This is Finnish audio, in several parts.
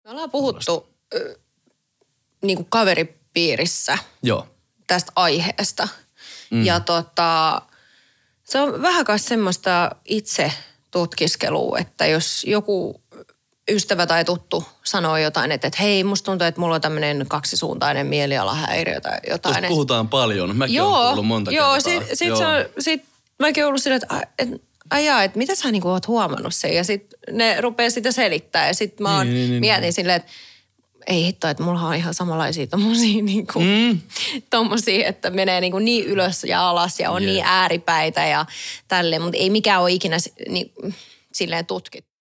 Me ollaan puhuttu niin kuin kaveripiirissä tästä aiheesta. Ja se on vähän kai semmoista itse tutkiskelua, että jos joku ystävä tai tuttu sanoo jotain, että hei, musta tuntuu, että mulla on tämmöinen kaksisuuntainen mielialahäiriö tai jotain. Tuosta puhutaan paljon. Mäkin olen kuullut monta kertaa. Sit mäkin ollut silleen, että mitä sä niinku oot huomannut sen? Ja sitten ne rupeaa sitä selittää. Ja sitten mä mietin silleen, että ei hitto, että mulla on ihan samanlaisia tommosia niinku, tommosia, että menee niinku niin ylös ja alas ja on niin ääripäitä ja tälleen. Mutta ei mikään ole ikinä silleen tutkittu.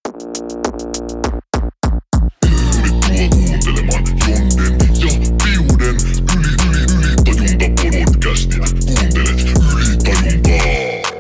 Kuuntelemaan Jonden ja Piuden Ylitajunta-podcastia. Kuuntelet Ylitajuntaa.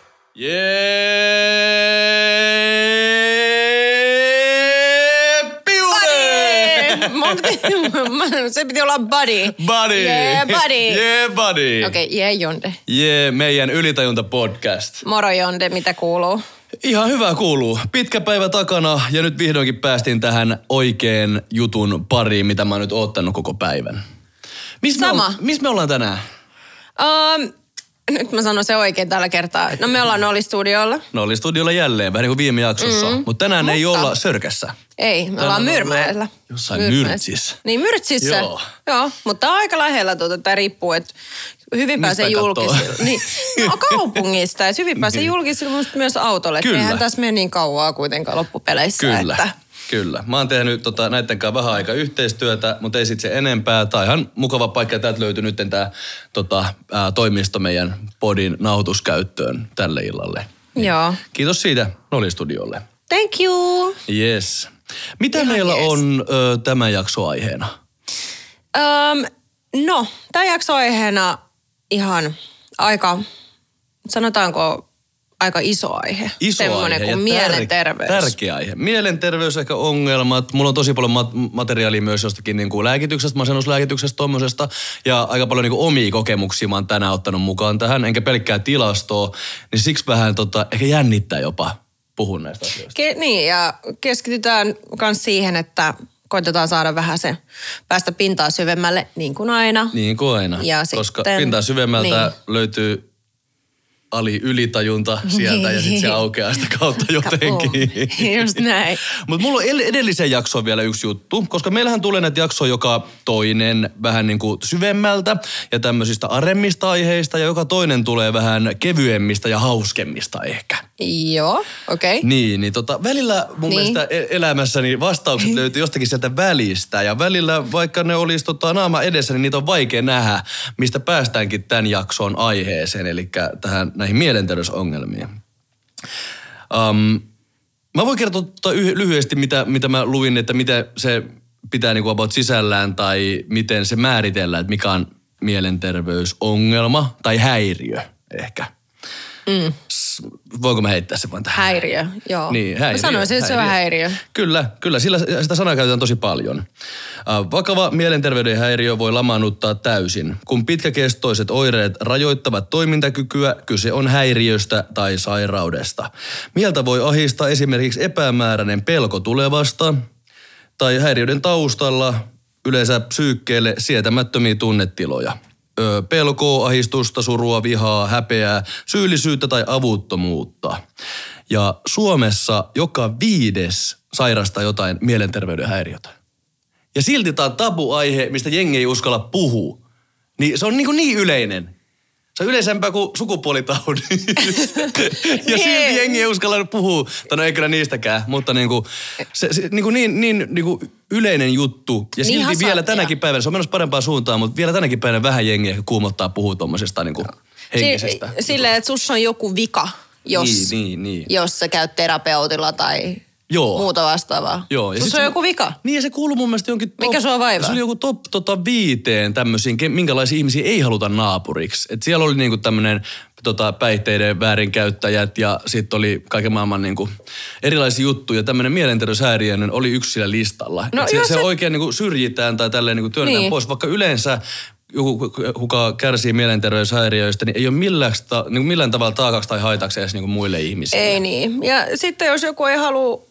Piuden! Se piti olla buddy. Buddy. Yeah, buddy. Yeah, buddy. Okei, Jonde. Meidän Ylitajunta-podcast. Moro Jonde, mitä kuuluu? Ihan hyvä kuuluu. Pitkä päivä takana ja nyt vihdoinkin päästiin tähän oikean jutun pariin, mitä mä oon nyt oottanut koko päivän. Missä me ollaan tänään? Nyt mä sanon se oikein tällä kertaa. No me ollaan Noli-studiolla. Noli-studiolla jälleen, vähän niin kuin viime jaksossa. Mutta tänään ei olla Sörkässä. Ei, me ollaan Myyrmäellä. Jossain Myrtsissä. Niin, Myrtsissä. Joo, mutta aika lähellä tämä riippuu, että hyvin pääsee julkisille. Niin, no kaupungista, että hyvin pääsee julkisille myös autolle. Kyllä. Eihän tässä mene niin kauaa kuitenkaan loppupeleissä. Kyllä. Mä oon tehnyt näitten kanssa vähän aikaa yhteistyötä, mutta ei sit se enempää. Tää on ihan mukava paikka ja täältä löytyy nyt tää toimisto meidän podin nauhoituskäyttöön tälle illalle. Joo. Kiitos siitä Noli-studiolle. Thank you. Yes. Mitä meillä on tämän jakso aiheena? No, tämän jakso aiheena ihan aika, sanotaanko aika iso aihe. Iso aihe kuin mielenterveys. Tärkeä aihe. Mielenterveys, ehkä ongelmat. Mulla on tosi paljon materiaalia myös jostakin niin kuin lääkityksestä, masennuslääkityksestä, tommosesta. Ja aika paljon niin kuin omia kokemuksia mä oon tänään ottanut mukaan tähän, enkä pelkkää tilastoa. Niin siksi vähän ehkä jännittää jopa puhua näistä asioista. Niin, ja keskitytään myös siihen, että koitetaan saada vähän se, päästä pintaa syvemmälle, niin kuin aina. Niin kuin aina, ja koska pintaa syvemmältä löytyy ylitajunta sieltä ja sitten se aukeaa sitä kautta jotenkin. Just näin. Mutta mulla on edelliseen jaksoon vielä yksi juttu, koska meillähän tulee näitä jaksoja joka toinen vähän niin kuin syvemmältä ja tämmöisistä aremmista aiheista ja joka toinen tulee vähän kevyemmistä ja hauskemmista ehkä. Joo, okei. Niin, välillä mun mielestä elämässäni vastaukset löytyy jostakin sieltä välistä ja välillä vaikka ne olisi naama edessä, niin niitä on vaikea nähdä, mistä päästäänkin tämän jakson aiheeseen, eli näihin mielenterveysongelmiin. Mä voin kertoa lyhyesti, mitä mä luin, että mitä se pitää niinku about sisällään tai miten se määritellään, että mikä on mielenterveysongelma tai häiriö ehkä. Voinko mä heittää se vaan tähän? Häiriö, joo. Niin, häiriö. Mä sanoisin, että se on häiriö. Kyllä, sitä sanaa käytetään tosi paljon. Vakava mielenterveyden häiriö voi lamaannuttaa täysin. Kun pitkäkestoiset oireet rajoittavat toimintakykyä, kyse on häiriöstä tai sairaudesta. Mieltä voi ahistaa esimerkiksi epämääräinen pelko tulevasta tai häiriöiden taustalla yleensä psyykkeelle sietämättömiä tunnetiloja. Pelkoa, ahistusta, surua, vihaa, häpeää, syyllisyyttä tai avuttomuutta. Ja Suomessa joka 5. sairastaa jotain mielenterveyden häiriötä. Ja silti tämä on tabu-aihe, mistä jengi ei uskalla puhua. Niin se on niin yleinen. Se on yleisempää kuin sukupuolitaudit. Ja silti jengi ei uskalla puhua. No ei kyllä niistäkään, mutta se yleinen juttu. Ja silti ihan vielä tänäkin päivänä, se on menossa parempaan suuntaan, mutta vielä tänäkin päivänä vähän jengiä ehkä kuumottaa puhua tuommoisesta henkisestä. Silleen, että sussa on joku vika, jos sä käyt terapeutilla tai muuta vastaavaa. Joo. Ja sussa on joku vika. Niin ja se kuuluu mun mielestä jonkin mikä sua vaivaa? Se oli joku top 5 tämmöisiin, minkälaisia ihmisiä ei haluta naapuriksi. Et siellä oli niinku tämmönen päihteiden väärinkäyttäjät ja sitten oli kaiken maailman erilaisia juttuja. Tämmöinen mielenterveyshäiriöinen oli yksi sillä listalla. No, se oikein syrjitään tai tälleen työnnetään pois, vaikka yleensä joku, kuka kärsii mielenterveyshäiriöistä, niin ei ole millään tavalla taakaksi tai haitaksi edes muille ihmisille. Ei niin. Ja sitten jos joku ei halua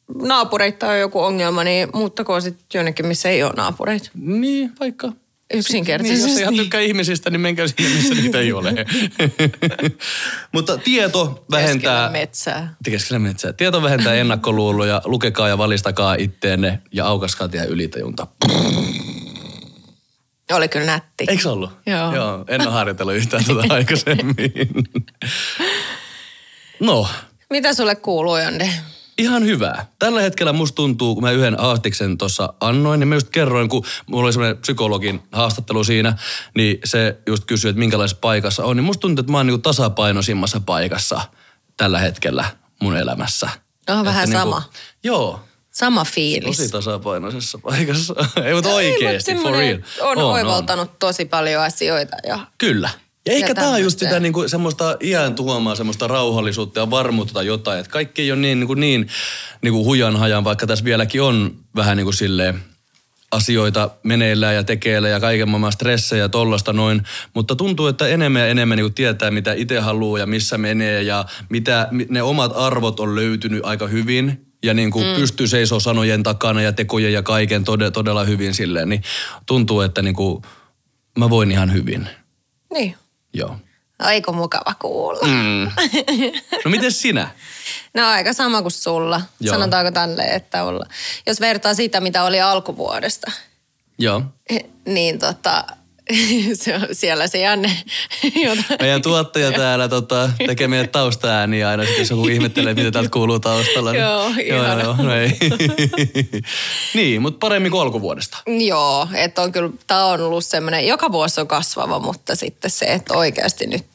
naapureita on joku ongelma, niin muuttakoon sitten jonnekin, missä ei ole naapureita. Niin, vaikka. Yksinkertaisesti. Niin, jos ei ihan tykkää ihmisistä, niin menkää sinne, missä niitä ei ole. Mutta tieto vähentää... Keskellä metsää. Tieto vähentää ennakkoluuloja, lukekaa ja valistakaa itteenne ja aukaskaa teidän ylitajunta. Oli kyllä nätti. Eikö se ollut? Joo. En ole harjoitellut yhtään tuota aikaisemmin. No. Mitä sulle kuuluu, Jonne? Ihan hyvää. Tällä hetkellä musta tuntuu, kun mä yhden haastiksen tuossa annoin, niin mä just kerroin, kun mulla oli semmoinen psykologin haastattelu siinä, niin se just kysyi, että minkälaisessa paikassa on. Niin musta tuntuu, että mä oon niinku tasapainoisimmassa paikassa tällä hetkellä mun elämässä. Vähän niinku, sama. Joo. Sama fiilis. Tosi tasapainoisessa paikassa. Ei, mutta oikeesti, for real. On oivaltanut tosi paljon asioita. Kyllä. Ja ehkä tää on just sitä niinku semmoista iän tuomaa, semmoista rauhallisuutta ja varmuutta tai jotain. Että kaikki ei ole niin hujan hajan, vaikka tässä vieläkin on vähän niin kuin silleen asioita meneillään ja tekeillä ja kaiken maailman stressejä ja tollasta noin. Mutta tuntuu, että enemmän ja enemmän niin kuin tietää, mitä itse haluaa ja missä menee ja mitä ne omat arvot on löytynyt aika hyvin. Ja niin kuin pystyy seisoo sanojen takana ja tekojen ja kaiken todella hyvin silleen. Niin tuntuu, että niin kuin mä voin ihan hyvin. Niin. Joo. Aika mukava kuulla. No miten sinä? No aika sama kuin sulla. Joo. Sanotaanko tälleen, että olla. Jos vertaa sitä, mitä oli alkuvuodesta. Joo. Niin siellä se Janne. Meidän tuottaja täällä tekee meidän taustaääniä aina, jos joku ihmettelee, mitä täältä kuuluu taustalla. Niin. Joo, ihana. Joo, no ei. Niin, mutta paremmin kuin alkuvuodesta. Joo, että on kyllä, tämä on ollut semmoinen, joka vuosi on kasvava, mutta sitten se, että oikeasti nyt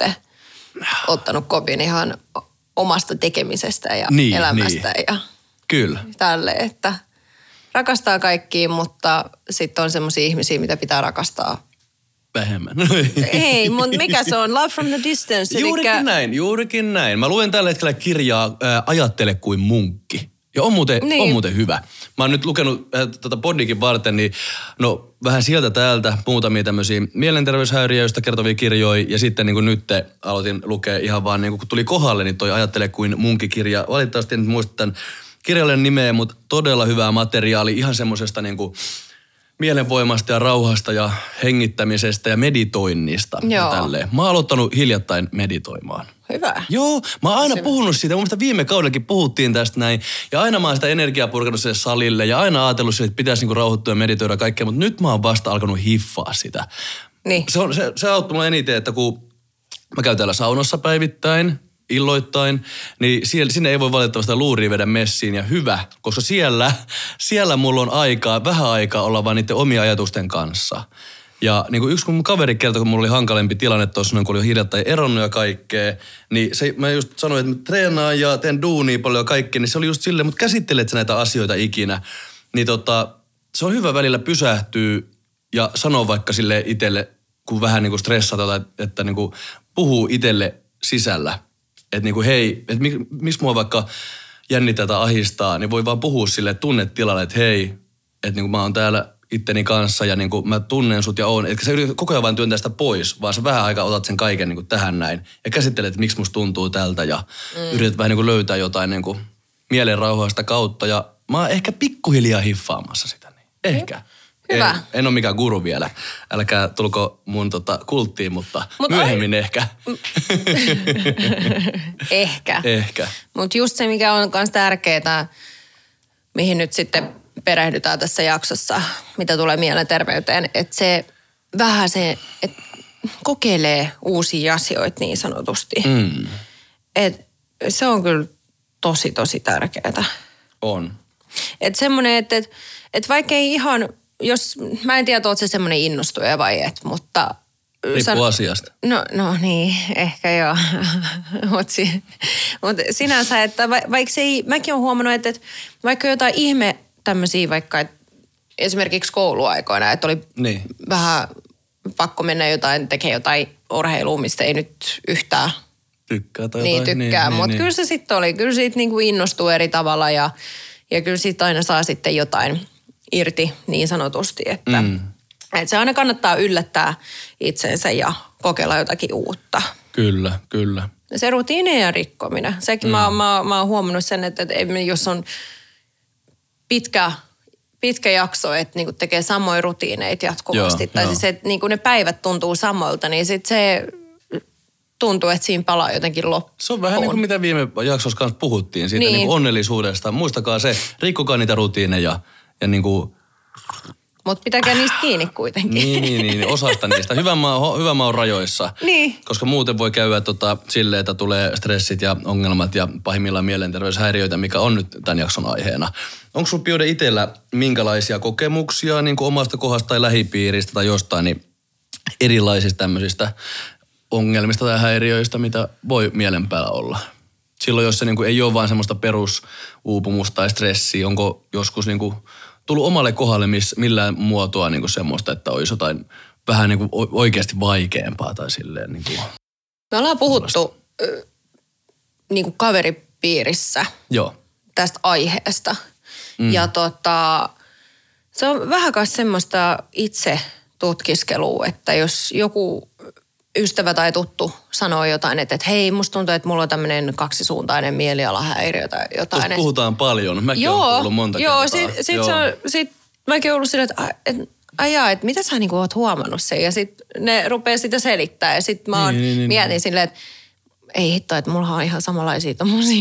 ottanut kopin ihan omasta tekemisestä ja elämästä ja kyllä. tälle, että rakastaa kaikkia, mutta sitten on semmoisia ihmisiä, mitä pitää rakastaa vähemmän. Ei, mutta mikä se on? Love from the distance. Juurikin näin. Mä luen tällä hetkellä kirjaa Ajattele kuin munkki. Ja on muuten hyvä. Mä oon nyt lukenut tätä podikin varten, niin no vähän sieltä täältä muutamia tämmöisiä mielenterveyshäiriöistä kertovia kirjoja. Ja sitten niin kuin nyt aloitin lukea ihan vaan, niin kun tuli kohdalle, niin toi Ajattele kuin munkki-kirja. Valitettavasti en muista tämän kirjailijan nimeä, mutta todella hyvää materiaalia. Ihan semmoisesta niin kuin mielenvoimasta ja rauhasta ja hengittämisestä ja meditoinnista. Ja tälleen. Mä oon aloittanut hiljattain meditoimaan. Hyvä. Joo, mä oon aina puhunut siitä. Mun mielestä viime kaudellakin puhuttiin tästä näin. Ja aina mä oon sitä energiaa purkanut sille salille. Ja aina ajatellut että pitäisi niinku rauhoittua ja meditoida kaikkea. Mutta nyt mä oon vasta alkanut hiffaa sitä. Niin. Se auttoi mulle eniten, että kun mä käyn täällä saunassa päivittäin, illoittain, niin sinne ei voi valitettavasti luuria vedä messiin ja hyvä, koska siellä mulla on vähän aikaa olla vaan niiden omia ajatusten kanssa. Ja niin kuin yksi mun kaveri kertoi, kun mulla oli hankalempi tilanne tuossa, kun oli hiljattain eronnut ja kaikkea, niin mä just sanoin, että mä treenaan ja teen duunia paljon ja kaikkea, niin se oli just silleen, mutta käsittelet sä näitä asioita ikinä, niin se on hyvä välillä pysähtyä ja sanoa vaikka sille itselle, kun vähän niin kuin stressata, että niin kuin puhuu itselle sisällä. Että niinku hei, että miksi mua vaikka jännittää tai ahistaa, niin voi vaan puhua sille tunnetilalle, että hei, että niinku mä oon täällä itteni kanssa ja niinku mä tunnen sut ja oon. Etkä sä yrität koko ajan vaan työntää sitä pois, vaan sä vähän aikaa otat sen kaiken niinku tähän näin. Ja käsittelet, että miksi musta tuntuu tältä ja yrität vähän niinku löytää jotain niinku mielenrauhaa sitä kautta. Ja mä oon ehkä pikkuhiljaa hiffaamassa sitä. Niin. Ehkä. Hyvä. En ole mikään guru vielä. Älkää tulko mun kulttiin, mutta myöhemmin ehkä. Ehkä. Mutta just se, mikä on myös tärkeää, mihin nyt sitten perehdytään tässä jaksossa, mitä tulee mielenterveyteen, että se vähän se, että kokeilee uusia asioita niin sanotusti. Et se on kyllä tosi, tosi tärkeää. On. Että semmoinen, että vaikka ei ihan... mä en tiedä, oot se semmoinen innostuja vai et, mutta... Riippuu asiasta. No niin, ehkä joo. Mutta sinänsä, että vaikka se ei... Mäkin olen huomannut, että vaikka jotain ihme tämmöisiä vaikka, että esimerkiksi kouluaikoina, että oli vähän pakko mennä tekee jotain urheilua, mistä ei nyt yhtään... Tykkää tai niin, jotain. Tykkää, mutta kyllä se sitten oli. Kyllä siitä niinku innostuu eri tavalla ja kyllä siitä aina saa sitten jotain irti niin sanotusti, että se aina kannattaa yllättää itsensä ja kokeilla jotakin uutta. Kyllä. Se rutiinien rikkominen. Sekin mä oon huomannut sen, että jos on pitkä jakso, että niinku tekee samoja rutiineita jatkuvasti. Joo, tai joo. siis, että niinku ne päivät tuntuu samoilta, niin sit se tuntuu, että siinä palaa jotenkin loppuun. Se on vähän niin kuin mitä viime jaksossa kanssa puhuttiin siitä Niin. niin kuin onnellisuudesta. Muistakaa se, rikkokaa niitä rutiineja ja niin kuin, Mutta pitäkää niistä kiinni kuitenkin. niin, osasta niistä. Hyvä maa on rajoissa. Niin. Koska muuten voi käydä silleen, että tulee stressit ja ongelmat ja pahimmillaan mielenterveyshäiriöitä, mikä on nyt tämän jakson aiheena. Onko sulla Piude itsellä minkälaisia kokemuksia niin kuin omasta kohdasta tai lähipiiristä tai jostain niin erilaisista tämmöisistä ongelmista tai häiriöistä, mitä voi mielen päällä olla? Silloin, jos se niin kuin ei ole vaan semmoista perusuupumusta tai stressiä, onko joskus niin kuin tullut omalle kohdalle millään muotoa niin kuin semmoista, että olisi jotain vähän niin kuin oikeasti vaikeampaa tai silleen niin kuin. Me ollaan puhuttu niin kuin kaveripiirissä Joo. tästä aiheesta. Ja se on vähän myös semmoista itse tutkiskelua, että jos joku ystävä tai tuttu sanoo jotain, että hei, musta tuntuu, että mulla on tämmöinen kaksisuuntainen mielialahäiriö tai jotain. Tuosta puhutaan paljon. Mäkin olen kuullut monta kertaa. Sit mäkin ollut silleen, että mitä sä niinku oot huomannut sen? Ja sit ne rupeaa sitä selittää ja sit mä mietin silleen, että ei hitto, että mulla on ihan samanlaisia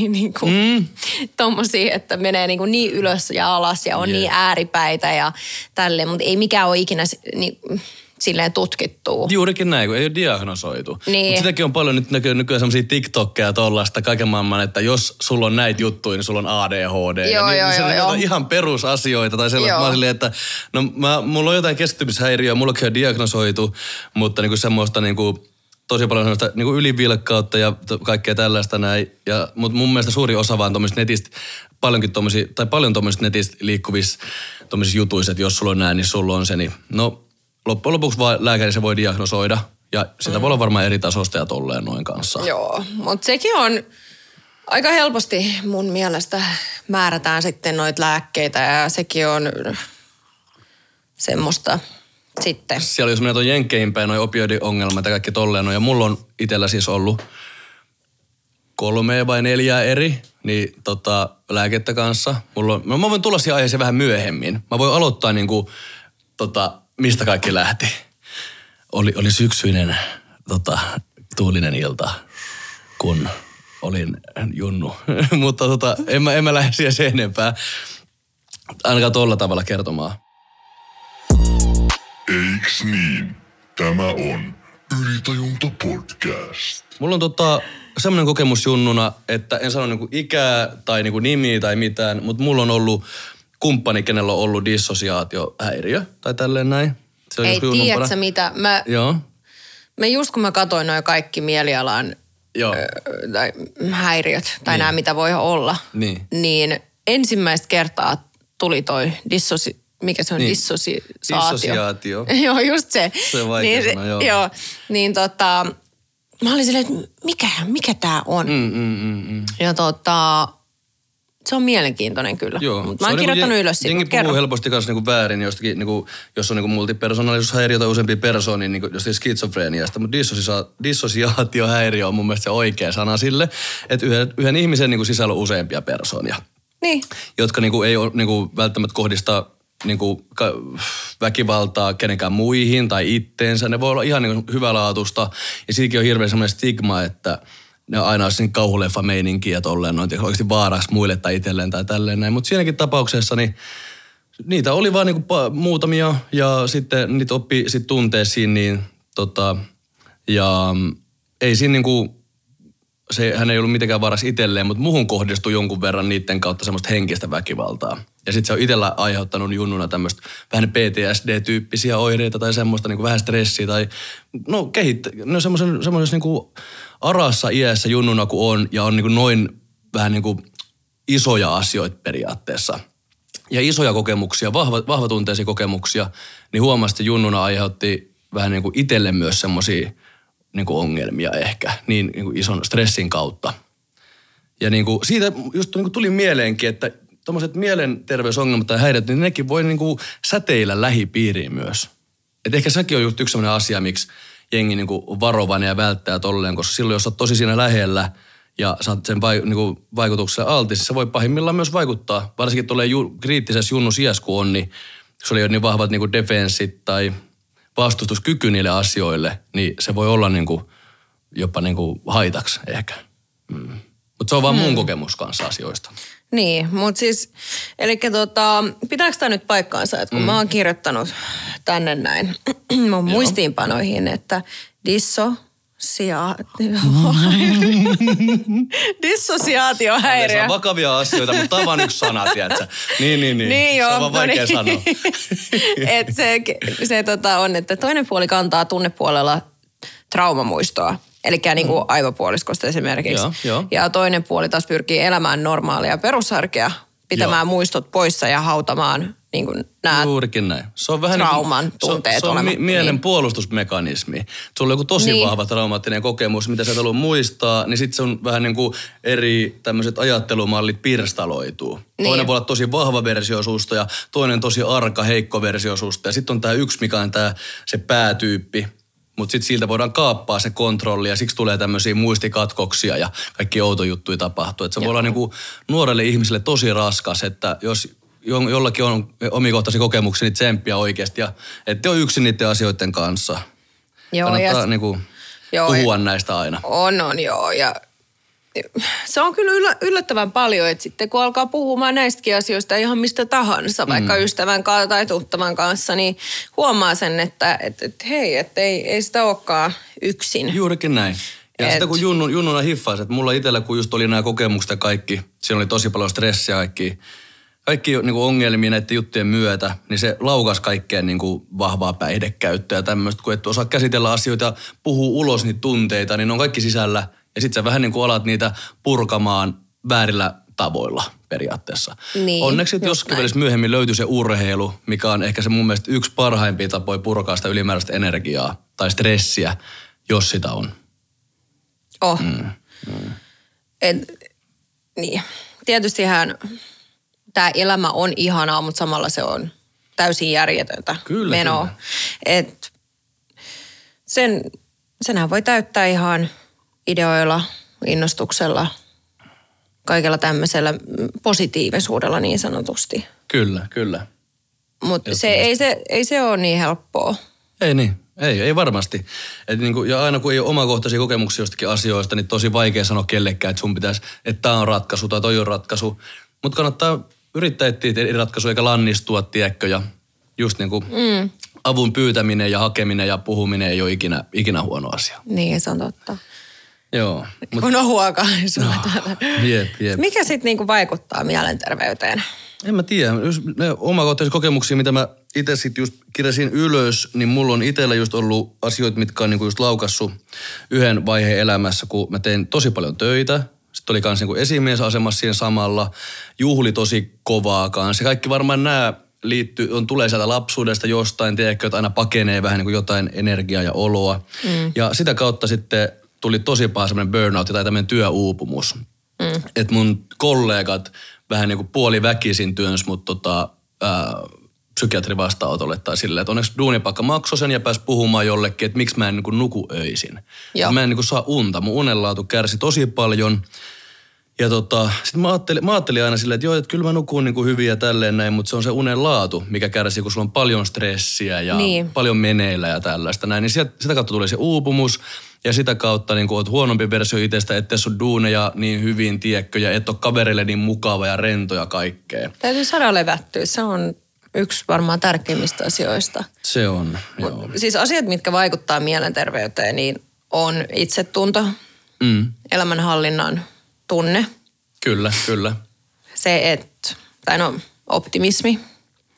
tommosia, että menee niin ylös ja alas ja on niin ääripäitä ja tälleen, mutta ei mikään ole ikinä silleen tutkittua. Juurikin näin, kun ei ole diagnosoitu. Niin. Mutta sitäkin on paljon nyt nykyään semmosia TikTokkeja tollaista kaiken maailman, että jos sulla on näitä juttuja, niin sulla on ADHD. Joo. On ihan perusasioita tai sellaista. Mä oon silleen, että no mulla on jotain keskittymishäiriöä, mullakin on diagnosoitu, mutta niinku semmoista niinku tosi paljon semmoista niinku ylivilkkautta ja kaikkea tällaista näin. Mutta mun mielestä suuri osa vaan tuommoisista netistä, paljon tuommoisista netistä liikkuvissa tuommoisissa jutuissa, että jos sulla on näin, niin sulla on se, niin no loppujen lopuksi vaan lääkäri se voi diagnosoida. Ja sitä voi olla varmaan eri tasosta ja tolleen noin kanssa. Joo, mutta sekin on aika helposti mun mielestä määrätään sitten noita lääkkeitä ja sekin on semmoista sitten. Siellä jos menee tuon jenkkeihin päin, noi opioidiongelmat ja kaikki tolleen noin. Ja mulla on itsellä siis ollut 3 vai 4 eri lääkettä kanssa. Mä voin tulla siihen aiheeseen vähän myöhemmin. Mä voin aloittaa niinku mistä kaikki lähti. Oli syksyinen tuulinen ilta, kun olin junnu. Mutta en mä lähde siihen sen enempää. Ainakaan tolla tavalla kertomaan. Eiks niin? Tämä on Ylitajunta podcast. Mulla on semmoinen kokemus junnuna, että en sano niinku ikää tai niinku nimiä tai mitään, mutta mulla on ollut kumppani, kenellä on ollut dissosiaatiohäiriö tai tälleen näin. Se on ei tiedätkö mitä? Mä just kun mä katsoin noin kaikki mielialan tai häiriöt tai nämä mitä voi olla, niin ensimmäistä kertaa tuli toi dissosiaatio. Joo, just se. Se on vaikea sanoa, joo. Joo, niin mä olin silleen, että mikä tää on? Ja se on mielenkiintoinen kyllä. Joo. Mut mä oon kirjoittanut ylös siitä. Jengi puhuu helposti kanssa niinku väärin jostakin, niinku, jos on niinku multipersonaalisuushäiriö tai useampia persoonia, niinku jostakin skitsofreeniasta. Mutta dissosiaatiohäiriö on mun mielestä se oikea sana sille, että yhden ihmisen niinku sisällä on useampia persoonia. Niin. Jotka niinku ei ole niinku välttämättä kohdistaa niinku väkivaltaa kenenkään muihin tai itteensä. Ne voi olla ihan niinku hyvälaatusta. Ja siinäkin on hirveän semmoinen stigma, että ne aina olisi niin kauhuleffa-meininkiä ja tolleen noin, oikeasti vaaraksi muille tai itselleen tai tälleen näin. Mutta siinäkin tapauksessa niin niitä oli vaan niinku muutamia ja sitten niitä oppi sit tuntee siinä niin ja ei siinä niinku, hän ei ollut mitenkään varas itselleen, mutta muhun kohdistui jonkun verran niiden kautta semmoista henkistä väkivaltaa. Ja sitten se on itsellä aiheuttanut junnuna tämmöistä vähän PTSD-tyyppisiä oireita tai semmoista niinku vähän stressiä tai semmoisessa niinku arassa iässä junnuna kun on ja on niinku noin vähän niinku isoja asioita periaatteessa. Ja isoja kokemuksia, vahvatunteisia kokemuksia, niin huomasi, että junnuna aiheutti vähän niinku itselle myös semmoisia niinku ongelmia ehkä, niinku ison stressin kautta. Ja niinku siitä just niinku tuli mieleenkin, että tommoset mielenterveysongelmat tai häiriöt, niin nekin voi niinku säteillä lähipiiriin myös. Et ehkä sekin on just yksi sellainen asia, miksi jengi niinku on varovainen ja välttää tolleen, koska silloin jos olet tosi siinä lähellä ja sä oot sen niinku vaikutuksella altis, se voi pahimmillaan myös vaikuttaa. Varsinkin tuolle kriittisessä junnusiässä kun on, niin jos oli jo niin vahvat niinku defenssit tai vastustuskyky niille asioille, niin se voi olla niinku jopa niinku haitaksi ehkä. Mutta se on vaan mun kokemus kanssa asioista. Niin, mutta siis, eli pitääkö tämä nyt paikkaansa, että kun mä oon kirjoittanut tänne näin mun muistiinpanoihin, että dissosiaatiohäiriö. Se on vakavia asioita, mutta tämä on vaan yksi sana, tiedätkö? Niin, joo, se on vaan vaikea sanoa. Että se on, että toinen puoli kantaa tunnepuolella traumamuistoa. Eli niin kuin aivopuoliskosta esimerkiksi. Joo. Ja toinen puoli taas pyrkii elämään normaalia perusarkea, pitämään muistot poissa ja hautamaan niin kuin nämä juurikin näin. Se on vähän trauman niin, tunteet se on mielen puolustusmekanismi. Sulla on joku tosi vahva traumaattinen kokemus, mitä sä et halua muistaa, niin sitten se on vähän niin kuin eri tämmöiset ajattelumallit pirstaloituu. Toinen voi olla tosi vahva versio susta ja toinen tosi arka, heikko versio susta. Ja sitten on tämä yksi, mikä on se päätyyppi. Mutta sitten siltä voidaan kaappaa se kontrolli ja siksi tulee tämmöisiä muistikatkoksia ja kaikki outo juttuja tapahtuu. Että se voi olla niinku nuorelle ihmiselle tosi raskas, että jos jollakin on omikohtaisia kokemuksia, niin tsemppiä oikeasti ja ette ole yksin niiden asioiden kanssa. Kannattaa niinku puhua näistä aina. On joo ja se on kyllä yllättävän paljon, että sitten kun alkaa puhumaan näistäkin asioista ihan mistä tahansa, vaikka ystävän kanssa tai tuttavan kanssa, niin huomaa sen, että hei, että ei sitä olekaan yksin. Juurikin näin. Ja sitä kun junnuna hiffasi, että mulla itsellä kun just oli nämä kokemukset ja kaikki, siinä oli tosi paljon stressiä kaikki niin kuin ongelmia näiden juttujen myötä, niin se laukas kaikkeen niin kuin vahvaa päihdekäyttöä ja tämmöistä, kun et osaa käsitellä asioita ja puhuu ulos niitä tunteita, niin ne on kaikki sisällä. Ja sit sä vähän niin kuin alat niitä purkamaan väärillä tavoilla periaatteessa. Niin, onneksi jossakin välissä myöhemmin löytyy se urheilu, mikä on ehkä se mun mielestä yksi parhaimpia tapoja purkaa sitä ylimääräistä energiaa tai stressiä, jos sitä on. Niin. Tietystihän tämä elämä on ihanaa, mutta samalla se on täysin järjetöntä menoa. Et senhän voi täyttää ihan ideoilla, innostuksella, kaikella tämmöisellä positiivisuudella niin sanotusti. Kyllä. Mutta ei se ole niin helppoa. Ei niin. Ei varmasti. Ja aina kun ei ole omakohtaisia kokemuksia jostakin asioista, niin tosi vaikea sanoa kellekään, että sun pitäisi, että tämä on ratkaisu tai toi on ratkaisu. Mutta kannattaa yrittää etsiä eri ratkaisuja eikä lannistua, tiedätkö, ja just niin kuin avun pyytäminen ja hakeminen ja puhuminen ei ole ikinä huono asia. Niin, se on totta. Joo. Kun on huokaisuutta. Jep. Mikä sitten niinku vaikuttaa mielenterveyteen? En mä tiedä. Ne omakohtaisia kokemuksia, mitä mä itse sitten just kirjasin ylös, niin mulla on itsellä just ollut asioita, mitkä on niinku just laukassut yhden vaiheen elämässä, kun mä tein tosi paljon töitä. Sitten oli kans niinku esimiesasemassa siinä samalla. Juhli tosi kovaa kanssa. Kaikki varmaan nämä tulee sieltä lapsuudesta jostain, tiedätkö, että aina pakenee vähän niin kuin jotain energiaa ja oloa. Ja sitä kautta sitten tuli tosi paha semmoinen burnout tai tämmöinen työuupumus. Että mun kollegat vähän niin kuin puoliväkisin työns mut psykiatrin vastaanotolle tai silleen, että onneksi duunipaikka maksoi sen ja pääsi puhumaan jollekin, että miksi mä en niin kuin nuku öisin. Mä en niin kuin saa unta. Mun unenlaatu kärsi tosi paljon. Ja sitten mä ajattelin aina silleen, että joo, että kyllä mä nukun niin kuin hyvin ja tälleen näin, mutta se on se unen laatu, mikä kärsii, kun sulla on paljon stressiä ja paljon meneillä ja tällaista näin. Niin sitä kautta tulee se uupumus ja sitä kautta niin oot huonompi versio itsestä, ettei sun duuneja niin hyvin, tiedätkö, ja et ole kaverille niin mukava ja rento ja kaikkea. Täytyy saada levättyä, se on yksi varmaan tärkeimmistä asioista. Se on, joo. Siis asiat, mitkä vaikuttaa mielenterveyteen, niin on itsetunto, elämänhallinnan tunne. Kyllä. Se, optimismi.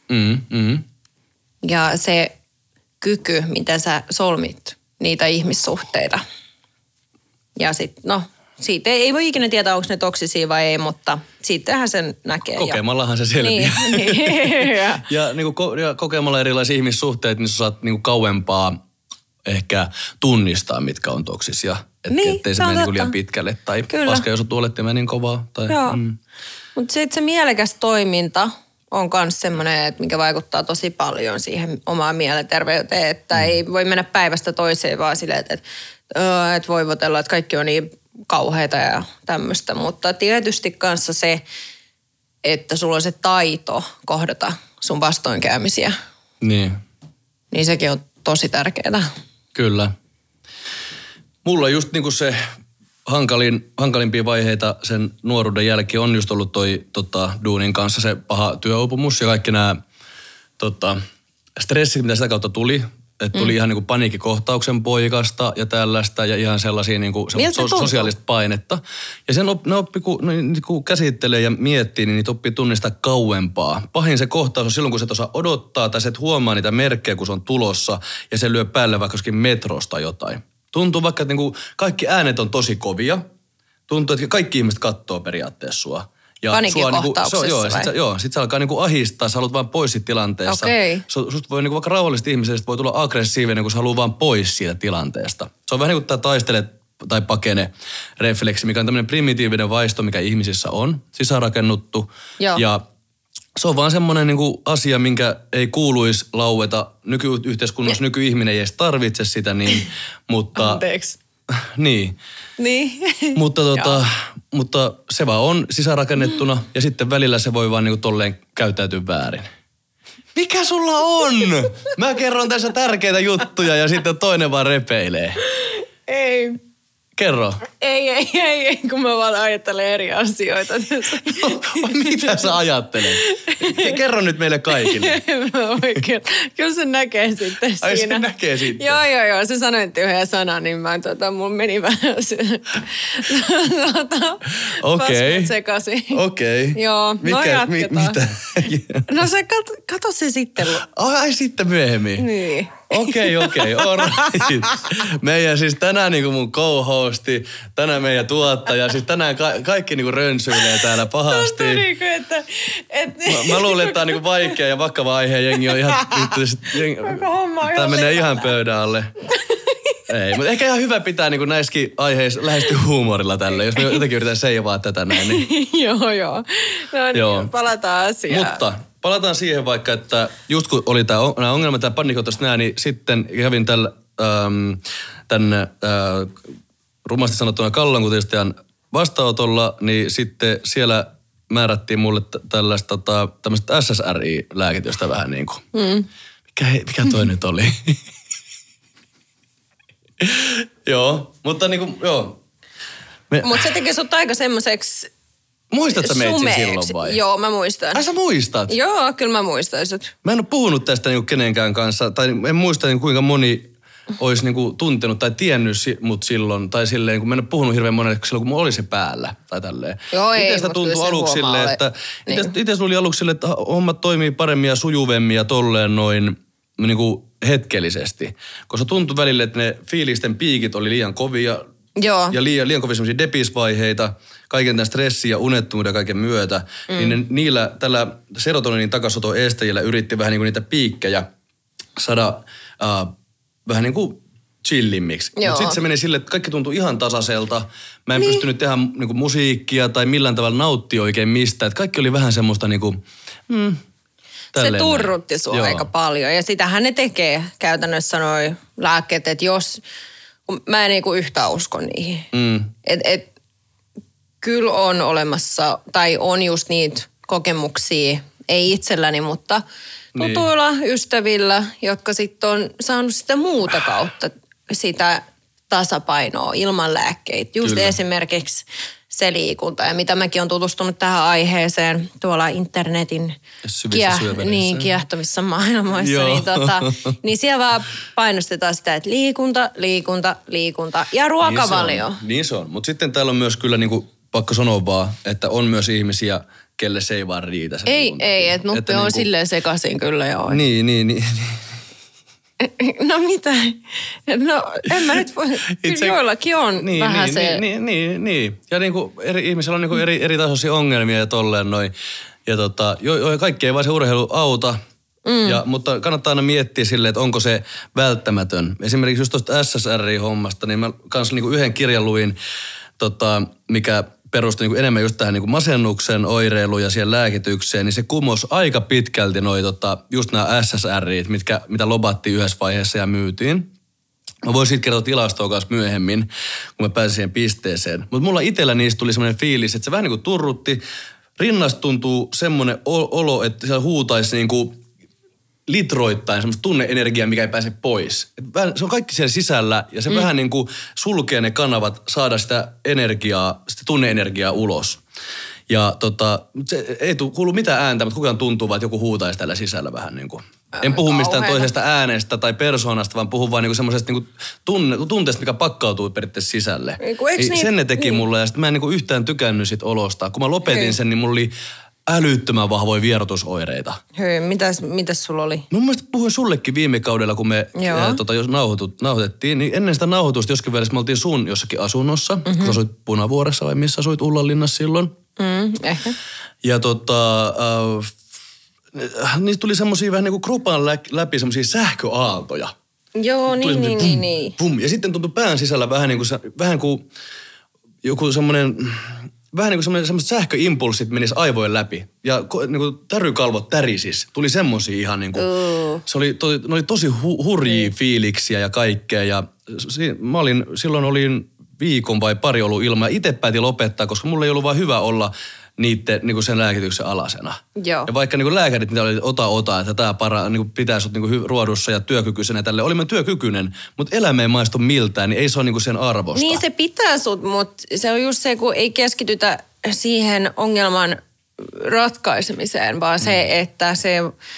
Ja se kyky, miten sä solmit niitä ihmissuhteita. Ja sitten, siitä ei voi ikinä tietää, onko ne toksisia vai ei, mutta siitähän sen näkee. Kokemallahan se selviää. Niin. ja kokemalla erilaisia ihmissuhteita, niin sä saat niin kauempaa ehkä tunnistaa, mitkä on toksisia. Ettei se mene liian pitkälle. Tai paska, jos on tuolettimeen niin kovaa. Joo. Mutta sitten se mielekäs toiminta on myös semmoinen, että mikä vaikuttaa tosi paljon siihen omaan mielenterveyteen. Että ei voi mennä päivästä toiseen vaan silleen, että voivotella, että kaikki on niin kauheita ja tämmöistä. Mutta tietysti kanssa se, että sulla on se taito kohdata sun vastoinkäymisiä. Niin. Niin sekin on tosi tärkeää. Kyllä. Mulla just niinku se hankalimpia vaiheita sen nuoruuden jälkeen on just ollut toi duunin kanssa se paha työuupumus ja kaikki nämä stressit, mitä sitä kautta tuli. Että tuli ihan niinku paniikkikohtauksen poikasta ja tällaista ja ihan sellaisia niinku sosiaalista painetta. Ja sen ne oppi, kun käsittelee ja miettii, niin niitä oppii tunnistaa kauempaa. Pahin se kohtaus on silloin, kun sä et osaa odottaa tai sä et huomaa niitä merkkejä, kun se on tulossa ja se lyö päälle vaikka joskin metrosta jotain. Tuntuu vaikka, että niinku kaikki äänet on tosi kovia. Tuntuu, että kaikki ihmiset katsoo periaatteessa sua. Paniikkikohtauksessa sit se alkaa niinku ahistaa, sä haluat vaan pois siitä tilanteesta. Okei. Susta voi niinku vaikka rauhallisesta ihmisestä voi tulla aggressiivinen, kun sä haluaa vaan pois siitä tilanteesta. Se on vähän niin kuin tää taistele tai pakene refleksi, mikä on tämmöinen primitiivinen vaisto, mikä ihmisissä on, sisäänrakennuttu. Joo. Ja se on vaan semmoinen niinku asia, minkä ei kuuluisi laueta nykyyhteiskunnassa. Nykyihminen ei edes tarvitse sitä niin, mutta... Anteeksi. Niin. Mutta se vaan on sisäänrakennettuna ja sitten välillä se voi vaan niinku tolleen käyttäytyä väärin. Mikä sulla on? Mä kerron tässä tärkeitä juttuja ja sitten toinen vaan repeilee. Ei. Kerro. Ei, kun mä vaan ajattelen eri asioita. Mitä sä ajattelet? Kerro nyt meille kaikille. Kyllä se näkee sitten Ai siinä. se näkee sitten? Joo. Se sanoitte yhden sanan, niin mulla meni vähän pasmat sekaisin. Okei. Joo, jatketaan. Mitä? No se kato se sitten. Ai sitten myöhemmin? Niin. Okei, all right. Meidän siis tänään niinku mun co-hosti, tänään meidän tuottaja, siis tänään kaikki niinku rönsyilee täällä pahasti. Niinku, että mä luulen, että tää on niinku vaikea ja vakava aihe, jengi on ihan... Tää menee ihan pöydän alle. Ei, mutta ehkä ihan hyvä pitää niinku näissäkin aiheissa lähestyä huumorilla tälle, jos me jotenkin yritetään seivaa tätä näin. Niin. Joo. No niin, palataan asiaan. Mutta palataan siihen vaikka, että just kun oli nämä ongelmat, tämä paniikotosta nää, niin sitten kävin tämän rumasti sanottuna Kallonkutistajan vastaanotolla, niin sitten siellä määrättiin mulle tällaista tämmöistä SSRI-lääkitystä vähän niin kuin. Mikä toi nyt oli? Joo, mutta niinku, joo. Mutta se tekee sut aika semmoiseksi Muistatko sä meitsin silloin vai? Joo, mä muistan. Ai sä muistat? Joo, kyllä mä muistan sut. Mä en ole puhunut tästä niinku kenenkään kanssa, tai en muista niinku kuinka moni olisi niinku tuntenut tai tiennyt mut silloin, tai silleen, kun mä en ole puhunut hirveän monelle silloin, kun mulla oli se päällä, tai tälleen. Joo, itse ei, sitä tuntui aluksi silleen, että niin. itse tuli aluksi silleen, että hommat toimii paremmin ja sujuvemmin ja tolleen noin niinku hetkellisesti. Koska tuntui välillä, että ne fiilisten piikit oli liian kovia. Joo. Ja liian kovin semmoisia depisvaiheita, kaiken tämän stressin ja unettomuuden ja kaiken myötä, niin tällä serotoninin takasoton estäjillä yritti vähän niin kuin niitä piikkejä saada vähän niin kuin chillimmiksi. Mutta sitten se meni silleen, että kaikki tuntui ihan tasaiselta. Mä en pystynyt tehdä niin kuin musiikkia tai millään tavalla nauttia oikein mistään. Että kaikki oli vähän semmoista niin kuin, se turrutti sua aika paljon ja sitähän ne tekee käytännössä noi lääkkeet, että jos... Mä en niinku yhtään usko niihin. Kyllä on olemassa, tai on just niitä kokemuksia, ei itselläni, mutta tutuilla ystävillä, jotka sitten on saanut sitä muuta kautta sitä tasapainoa ilman lääkkeitä. Just Kyllä. Esimerkiksi se liikunta ja mitä mäkin olen tutustunut tähän aiheeseen tuolla internetin kiehtomissa maailmoissa, niin siellä vaan painostetaan sitä, että liikunta ja ruokavalio. Niin se on. Mutta sitten täällä on myös kyllä niinku, pakko sanoa vaan, että on myös ihmisiä, kelle se ei vaan riitä. Ei, että nuppi on niinku... silleen sekaisin kyllä joo. Niin. No mitä? No en mä nyt voi. Kyllä joillakin on vähän se. Niin. Ja niinku eri ihmisillä on niinku eri tasoisia ongelmia ja tolleen noin. Ja kaikki ei vaan se urheilu auta. Mutta kannattaa aina miettiä silleen, että onko se välttämätön. Esimerkiksi just tuosta SSRI-hommasta, niin mä kanssa niinku yhden kirjan luin, mikä perustui niinku enemmän just tähän niinku masennuksen oireiluun ja siihen lääkitykseen, niin se kumosi aika pitkälti just nämä SSRIt, mitä lobattiin yhdessä vaiheessa ja myytiin. Mä voin siitä kertoa tilastoa kanssa myöhemmin, kun mä pääsin siihen pisteeseen. Mutta mulla itsellä niistä tuli semmoinen fiilis, että se vähän niin kuin turrutti. Rinnasta tuntuu semmoinen olo, että se huutaisi niin kuin litroittain semmoista tunne-energiaa, mikä ei pääse pois. Se on kaikki siellä sisällä ja se vähän niin kuin sulkee ne kanavat saada sitä energiaa, sitä tunne-energiaa ulos. Ja se ei kuulu mitään ääntä, mutta kukaan tuntuu vaan, että joku huutaisi täällä sisällä vähän niin kuin. En puhu mistään toisesta äänestä tai persoonasta, vaan puhun vaan niinku semmoisesta niinku tunteesta, mikä pakkautuu periaatteessa sisälle. Sen ne teki mulle ja sitten mä en niinku yhtään tykännyt sit olosta. Kun mä lopetin sen, niin mulla oli älyttömän vahvoja vierotusoireita. Hei, mitäs sulla oli? Mun mielestä puhuin sullekin viime kaudella, kun me jos nauhoitettiin, niin ennen sitä nauhoitusta joskin välissä me oltiin sun jossakin asunnossa, kun asuit Punavuoressa vai missä asuit Ullanlinnassa silloin. Ehkä. Ja niistä tuli semmosia vähän niin kuin kropan läpi semmosia sähköaaltoja. Joo, niin. Pum. Ja sitten tuntui pään sisällä vähän kuin joku semmoinen, vähän niin kuin semmoiset sähköimpulssit menis aivojen läpi. Ja niin kuin tärykalvot tärisis. Tuli semmosia ihan niin kuin, ne oli tosi hurjia fiiliksiä ja kaikkea. Ja silloin olin viikon vai pari ollut ilman. Itse päätin lopettaa, koska mulla ei ollut vaan hyvä olla niin sen lääkityksen alasena. Joo. Ja vaikka niin lääkärit, mitä oli ota, että tämä niin pitäisi olla niin ruodussa ja työkykyisenä tälle. Olin mä työkykyinen, mutta elämä ei maistu miltään, niin ei se ole niin sen arvosta. Niin se pitää sut, mutta se on just se, kun ei keskitytä siihen ongelman ratkaisemiseen, vaan se, että se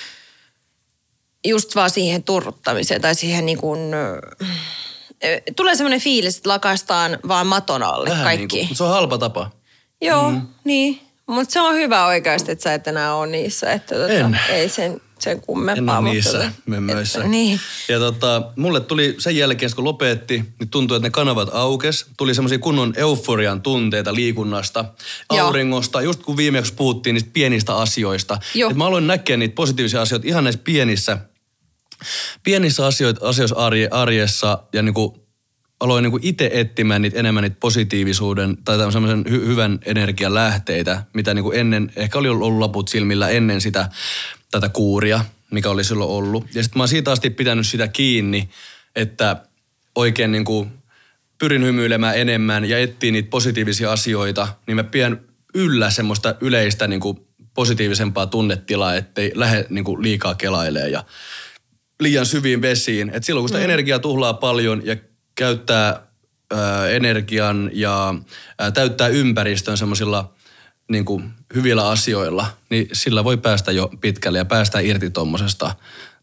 just vaan siihen turruttamiseen tai siihen niin kuin tulee semmoinen fiilis, että lakaistaan vaan maton alle vähän kaikki. Niin kuin, se on halpa tapa. Joo, niin. Mutta se on hyvä oikeasti, että sä et enää ole niissä. Että ei sen kummempaa. En ole niissä mömmöissä. Niin. Ja mulle tuli sen jälkeen, kun lopetti, niin tuntui, että ne kanavat aukes. Tuli semmoisia kunnon euforian tunteita liikunnasta, auringosta. Just kun viimeksi puhuttiin niistä pienistä asioista. Että mä aloin näkeä niitä positiivisia asioita ihan näissä pienissä asioissa arjessa ja niinku aloin niinku itse etsimään enemmän niitä positiivisuuden tai semmoisen hyvän energian lähteitä, mitä niinku ennen, ehkä oli ollut laput silmillä ennen tätä kuuria, mikä oli silloin ollut. Ja sitten mä oon siitä asti pitänyt sitä kiinni, että oikein niinku pyrin hymyilemään enemmän ja etsii niitä positiivisia asioita, niin mä pidän yllä semmoista yleistä niinku positiivisempaa tunnetilaa, ettei lähde niinku liikaa kelailemaan ja liian syviin vesiin. Et silloin kun sitä energiaa tuhlaa paljon ja käyttää energian ja täyttää ympäristön semmoisilla niin kuin hyvillä asioilla, niin sillä voi päästä jo pitkälle ja päästä irti tuommoisesta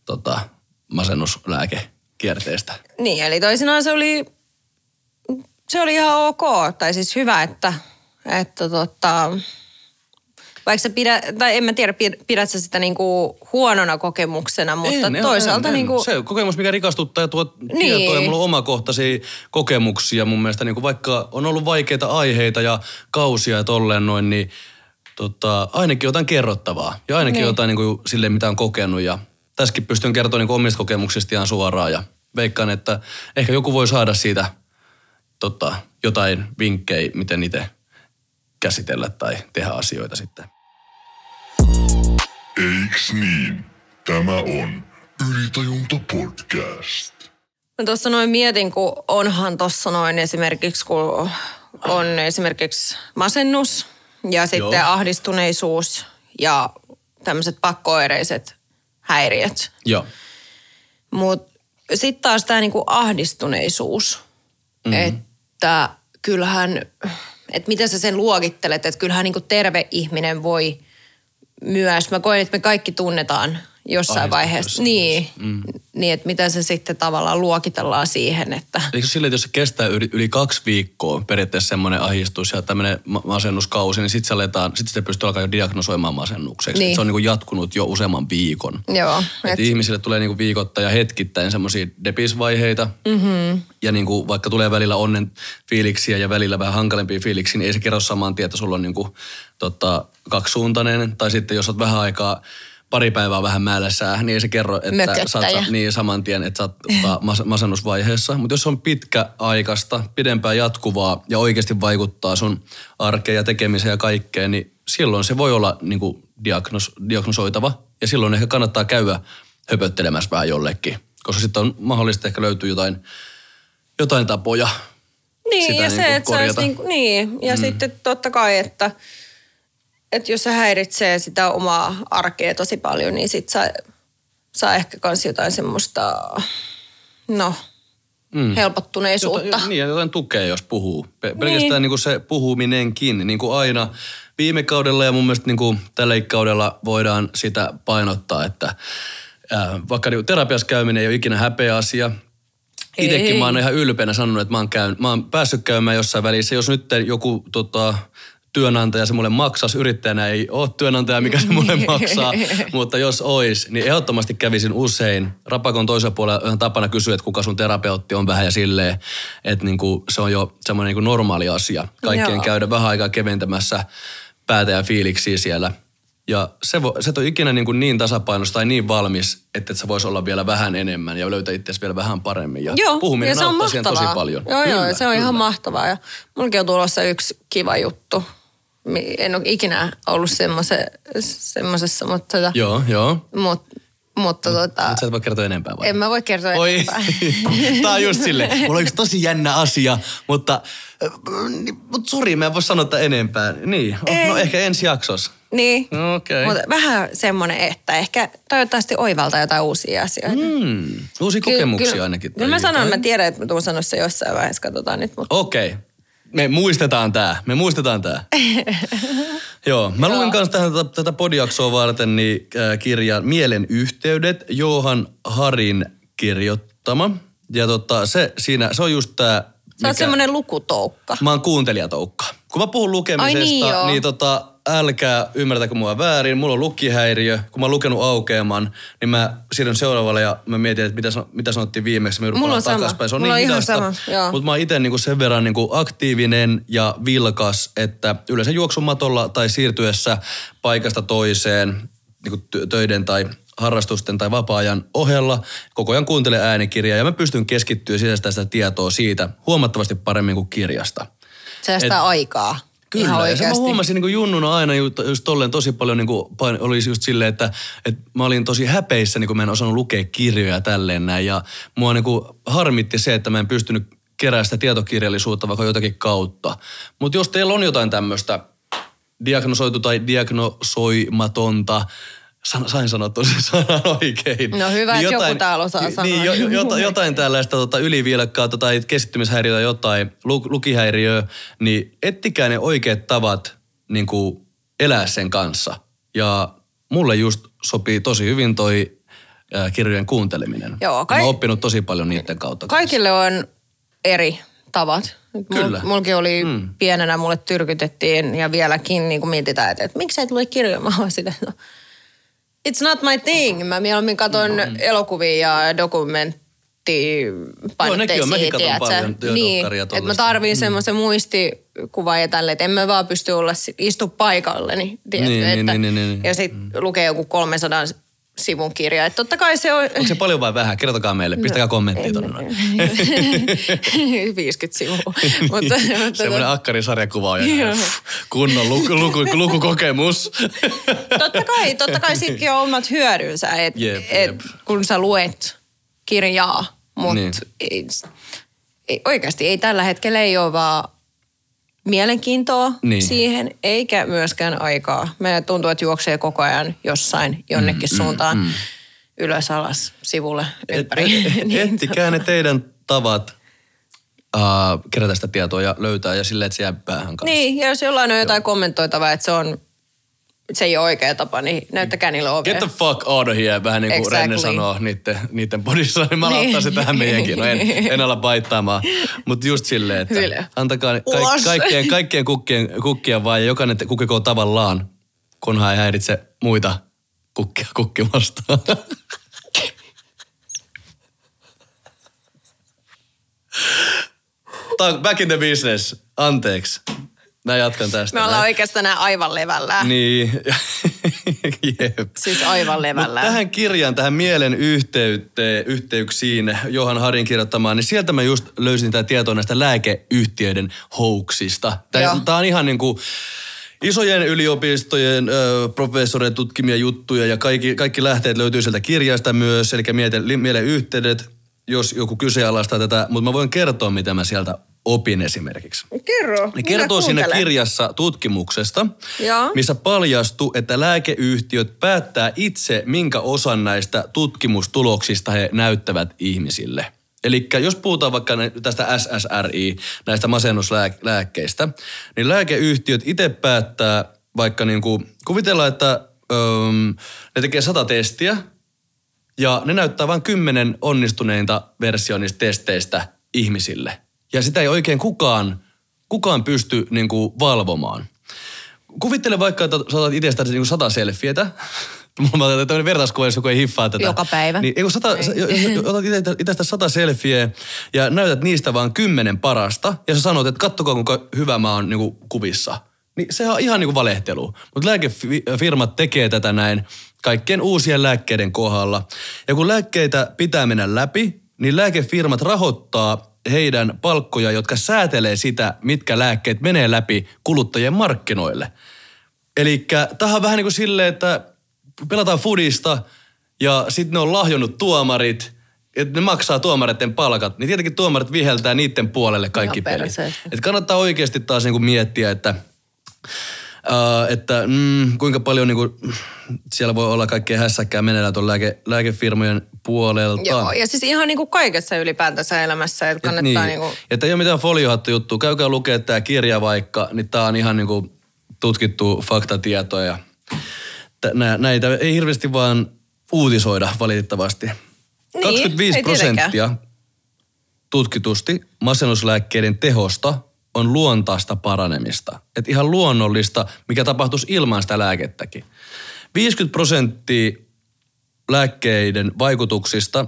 masennuslääkekierteestä. Niin, eli toisinaan se oli ihan ok, tai siis hyvä, että vaikka sä tai en mä tiedä, pidät sä sitä niinku huonona kokemuksena, mutta toisaalta niinku se kokemus, mikä rikastuttaa ja tuo tietoa ja mulla on omakohtaisia kokemuksia mun mielestä, niinku vaikka on ollut vaikeita aiheita ja kausia ja tolleen noin, niin ainakin jotain kerrottavaa ja ainakin jotain niinku silleen, mitä on kokenut ja tässäkin pystyn kertoa niinku omista kokemuksista ihan suoraan ja veikkaan, että ehkä joku voi saada siitä jotain vinkkejä, miten itse käsitellä tai tehdä asioita sitten. Eiks niin? Tämä on Ylitajunta podcast. Mä tuossa noin mietin, kun onhan tuossa noin esimerkiksi, kun on esimerkiksi masennus ja sitten ahdistuneisuus ja tämmöiset pakko-oireiset häiriöt. Joo. Mutta sitten taas tämä niinku ahdistuneisuus, että kyllähän, että miten sä sen luokittelet, että kyllähän niinku terve ihminen voi myös, mä koen, että me kaikki tunnetaan jossain vaiheessa. Niin, että mitä se sitten tavallaan luokitellaan siihen, että eikö silleen, että jos se kestää yli 2 viikkoa periaatteessa semmoinen ahdistus ja tämmöinen masennuskausi, niin sitten se pystyy alkaa jo diagnosoimaan masennukseksi. Niin. Se on niinku jatkunut jo useamman viikon. Joo. Että ihmisille tulee niinku viikoittain ja hetkittäin semmoisia depisvaiheita. Ja niinku, vaikka tulee välillä onnen fiiliksiä ja välillä vähän hankalempia fiiliksiä, niin ei se kerro saman tien, että sulla on niinku, kaksisuuntainen. Tai sitten jos olet vähän aikaa pari päivää vähän määlässään, niin ei se kerro, että sä oot niin saman tien, että sä oot masennusvaiheessa. Mutta jos on pitkäaikaista, pidempään jatkuvaa ja oikeasti vaikuttaa sun arkeen ja tekemiseen ja kaikkeen, niin silloin se voi olla niinku diagnosoitava. Ja silloin ehkä kannattaa käydä höpöttelemässä vähän jollekin. Koska sitten on mahdollista ehkä löytyy jotain jotain tapoja. Niin, sitä ja niin se, kuin että se olisi korjata. niin. Ja sitten totta kai, että jos se häiritsee sitä omaa arkea tosi paljon, niin sitten saa ehkä kans jotain semmoista, helpottuneisuutta. Jotain tukea, jos puhuu. Pelkästään niin kuin se puhuminenkin, niin kuin aina viime kaudella ja mun mielestä niin kuin tällä kaudella voidaan sitä painottaa, että vaikka niin terapiassa käyminen ei ole ikinä häpeä asia. Itsekin mä oon ihan ylpeänä sanonut, että mä oon päässyt käymään jossain välissä. Jos nyt joku työnantaja se mulle maksaisi, yrittäjänä ei ole työnantaja, mikä se mulle maksaa, mutta jos ois, niin ehdottomasti kävisin usein. Rapakon toisella puolella ihan tapana kysyä, että kuka sun terapeutti on vähän ja silleen, että niinku, se on jo semmoinen niinku normaali asia. Kaikkien käydä vähän aikaa keventämässä päätä ja fiiliksiä siellä. Ja se et ole ikinä niin tasapainossa tai niin valmis, että se voisi olla vielä vähän enemmän ja löytää itseäsi vielä vähän paremmin. Ja puhuminen ja auttaa siihen tosi paljon. Joo, se on ihan mahtavaa. Ja mullakin on tulossa yksi kiva juttu. En ole ikinä ollut semmoisessa, mutta Joo. Mutta sä et voi kertoa enempää vai? En mä voi kertoa enempää. Tää on just silleen. Mulla on yksi tosi jännä asia, mutta sori, mä en voi sanoa enempää. Niin, no ehkä ensi jaksossa. Niin, Okei. mutta vähän semmoinen, että ehkä toivottavasti oivaltaa jotain uusia asioita. Uusia kokemuksia ainakin. Kyllä mä sanon, mä tiedän, että mä tuun sanoa se jossain vaiheessa, katsotaan nyt. Mutta... Okei. Me muistetaan tää. Joo, mä luin kanssa tätä podijaksoa varten niin, kirjan Mielen yhteydet, Johan Harin kirjoittama. Ja se on just tää... Se on semmoinen lukutoukka. Mä oon kuuntelijatoukka. Kun mä puhun lukemisesta, niin älkää ymmärtäkö mua väärin. Mulla on lukkihäiriö. Kun mä oon lukenut aukeaman, niin mä siirryn seuraavalle ja mä mietin, että mitä sanottiin viimeksi. Mä joudun palaamaan takaspäin. Se on mulla niin on hidasta. Mutta mä oon itse niinku sen verran niinku aktiivinen ja vilkas, että yleensä juoksumatolla tai siirtyessä paikasta toiseen niinku töiden tai harrastusten tai vapaa-ajan ohella koko ajan kuuntelen äänikirjaa ja mä pystyn keskittyä sisäistämään sitä tietoa siitä huomattavasti paremmin kuin kirjasta. Säästää aikaa. Kyllä, ja se mä huomasin niin kuin junnuna aina just tolleen tosi paljon niin kuin, olisi just silleen, että mä olin tosi häpeissä, niin kuin mä en osannut lukea kirjoja tälleen näin. Ja mua niin kuin harmitti se, että mä en pystynyt kerää sitä tietokirjallisuutta vaikka jotakin kautta. Mutta jos teillä on jotain tämmöistä diagnosoitu tai diagnosoimatonta, sain sanottua sen sanan oikein. No hyvä, niin että joku täällä osaa sanoa. Niin, jotain tällaista yliviilakkaata tai keskittymishäiriötä tai jotain, lukihäiriöä, niin ettikää ne oikeat tavat niin kuin elää sen kanssa. Ja mulle just sopii tosi hyvin toi kirjojen kuunteleminen. Joo, mä oon oppinut tosi paljon niiden kautta. Kaikille on eri tavat. Kyllä. Mulki oli pienenä, mulle tyrkytettiin ja vieläkin niin kuin mietitään, että miksi sä et lue kirjoja? Mä oon sitä, it's not my thing. Mä mieluummin katon elokuvia ja dokumenttipainotteisia. Mäkin katon paljon niin, että mä tarviin semmoisen muistikuvan ja tälleen, että en mä vaan pysty istu paikalleni. Niin. Ja sit lukee joku 300 sivun kirja. Että totta kai se on... Onko se paljon vai vähän? Kertokaa meille. Pistäkää kommenttia tuonne. 50 sivua. Semmoinen akkarisarjakuvaaja. Kunnon lukukokemus. Totta kai sitkin on omat hyödynsä, kun sä luet kirjaa. Mutta oikeasti ei tällä hetkellä ei ole vaan mielenkiintoa siihen, eikä myöskään aikaa. Meidän tuntuu, että juoksee koko ajan jossain jonnekin suuntaan ylös alas sivulle ympäri. Ettikää ne teidän tavat kerätä sitä tietoa ja löytää ja silleen, että se jää päähän kanssa. Niin, ja jos jollain on jotain kommentoitavaa, että se ei ole oikea tapa, niin näyttäkää niille ovea. Get the fuck out of here, vähän niin kuin Renne sanoo niiden podissa, niin mä aloittaa se tähän meidänkin. No en ala baittaamaan, mutta just silleen, että antakaa kaikkien kukkia vaan ja jokainen kukkikoon tavallaan, kunhan ei häiritse muita kukkia kukkimasta. Back in the business. Anteeksi. Mä jatkan tästä. Me ollaan oikeastaan aivan levällä. Niin. Jep. Siis aivan levällä. Mut tähän kirjaan, tähän mielen yhteyksiin, Johan Harin kirjoittamaan, niin sieltä mä just löysin tätä tietoa näistä lääkeyhtiöiden hoaxista. Tää on ihan niinku isojen yliopistojen professoreiden tutkimia juttuja ja kaikki lähteet löytyy sieltä kirjasta myös, eli mielen yhteydet. jos joku kyseenalaistaa tätä, mutta mä voin kertoa, mitä mä sieltä opin esimerkiksi. Kerro. Ne kertoo siinä kirjassa tutkimuksesta, missä paljastui, että lääkeyhtiöt päättää itse, minkä osan näistä tutkimustuloksista he näyttävät ihmisille. Eli jos puhutaan vaikka tästä SSRI, näistä masennuslääkkeistä, niin lääkeyhtiöt itse päättää vaikka niinku, kuvitellaan, että ne tekee 100 testiä ja ne näyttää vain 10 onnistuneinta versioa niistä testeistä ihmisille. Ja sitä ei oikein kukaan pysty niinku valvomaan. Kuvittele vaikka, että sä otat itsestäsi niinku 100 selfietä. Mulla on tämmöinen vertauskuva, jos joku ei hiffaa tätä. Joka päivä. Niin, otat itsestä 100 selfieä ja näytät niistä vaan 10 parasta. Ja sä sanot, että kattokaa kuinka hyvä mä oon niinku kuvissa. Niin sehän on ihan niinku valehtelu. Mutta lääkefirmat tekee tätä näin kaikkien uusien lääkkeiden kohdalla. Ja kun lääkkeitä pitää mennä läpi, niin lääkefirmat rahoittaa heidän palkkoja, jotka säätelee sitä, mitkä lääkkeet menee läpi kuluttajien markkinoille. Elikkä tämähän on vähän niin kuin silleen, että pelataan fudista ja sitten ne on lahjonnut tuomarit, että ne maksaa tuomareiden palkat, niin tietenkin tuomarit viheltää niiden puolelle kaikki pelit. Että kannattaa oikeasti taas niinku miettiä, että kuinka paljon niinku, siellä voi olla kaikkea hässäkkää meneillään tuon lääkefirmojen puolelta. Joo, ja siis ihan niinku kaikessa ylipäätänsä elämässä, että kannattaa niinku... Että ei ole mitään foliohattu-juttua. Käykää lukea tämä kirja vaikka, niin tämä on ihan niinku tutkittu faktatietoa ja näitä ei hirveästi vaan uutisoida valitettavasti. Niin, 25% tutkitusti masennuslääkkeiden tehosta on luontaista paranemista. Että ihan luonnollista, mikä tapahtuisi ilman sitä lääkettäkin. 50% lääkkeiden vaikutuksista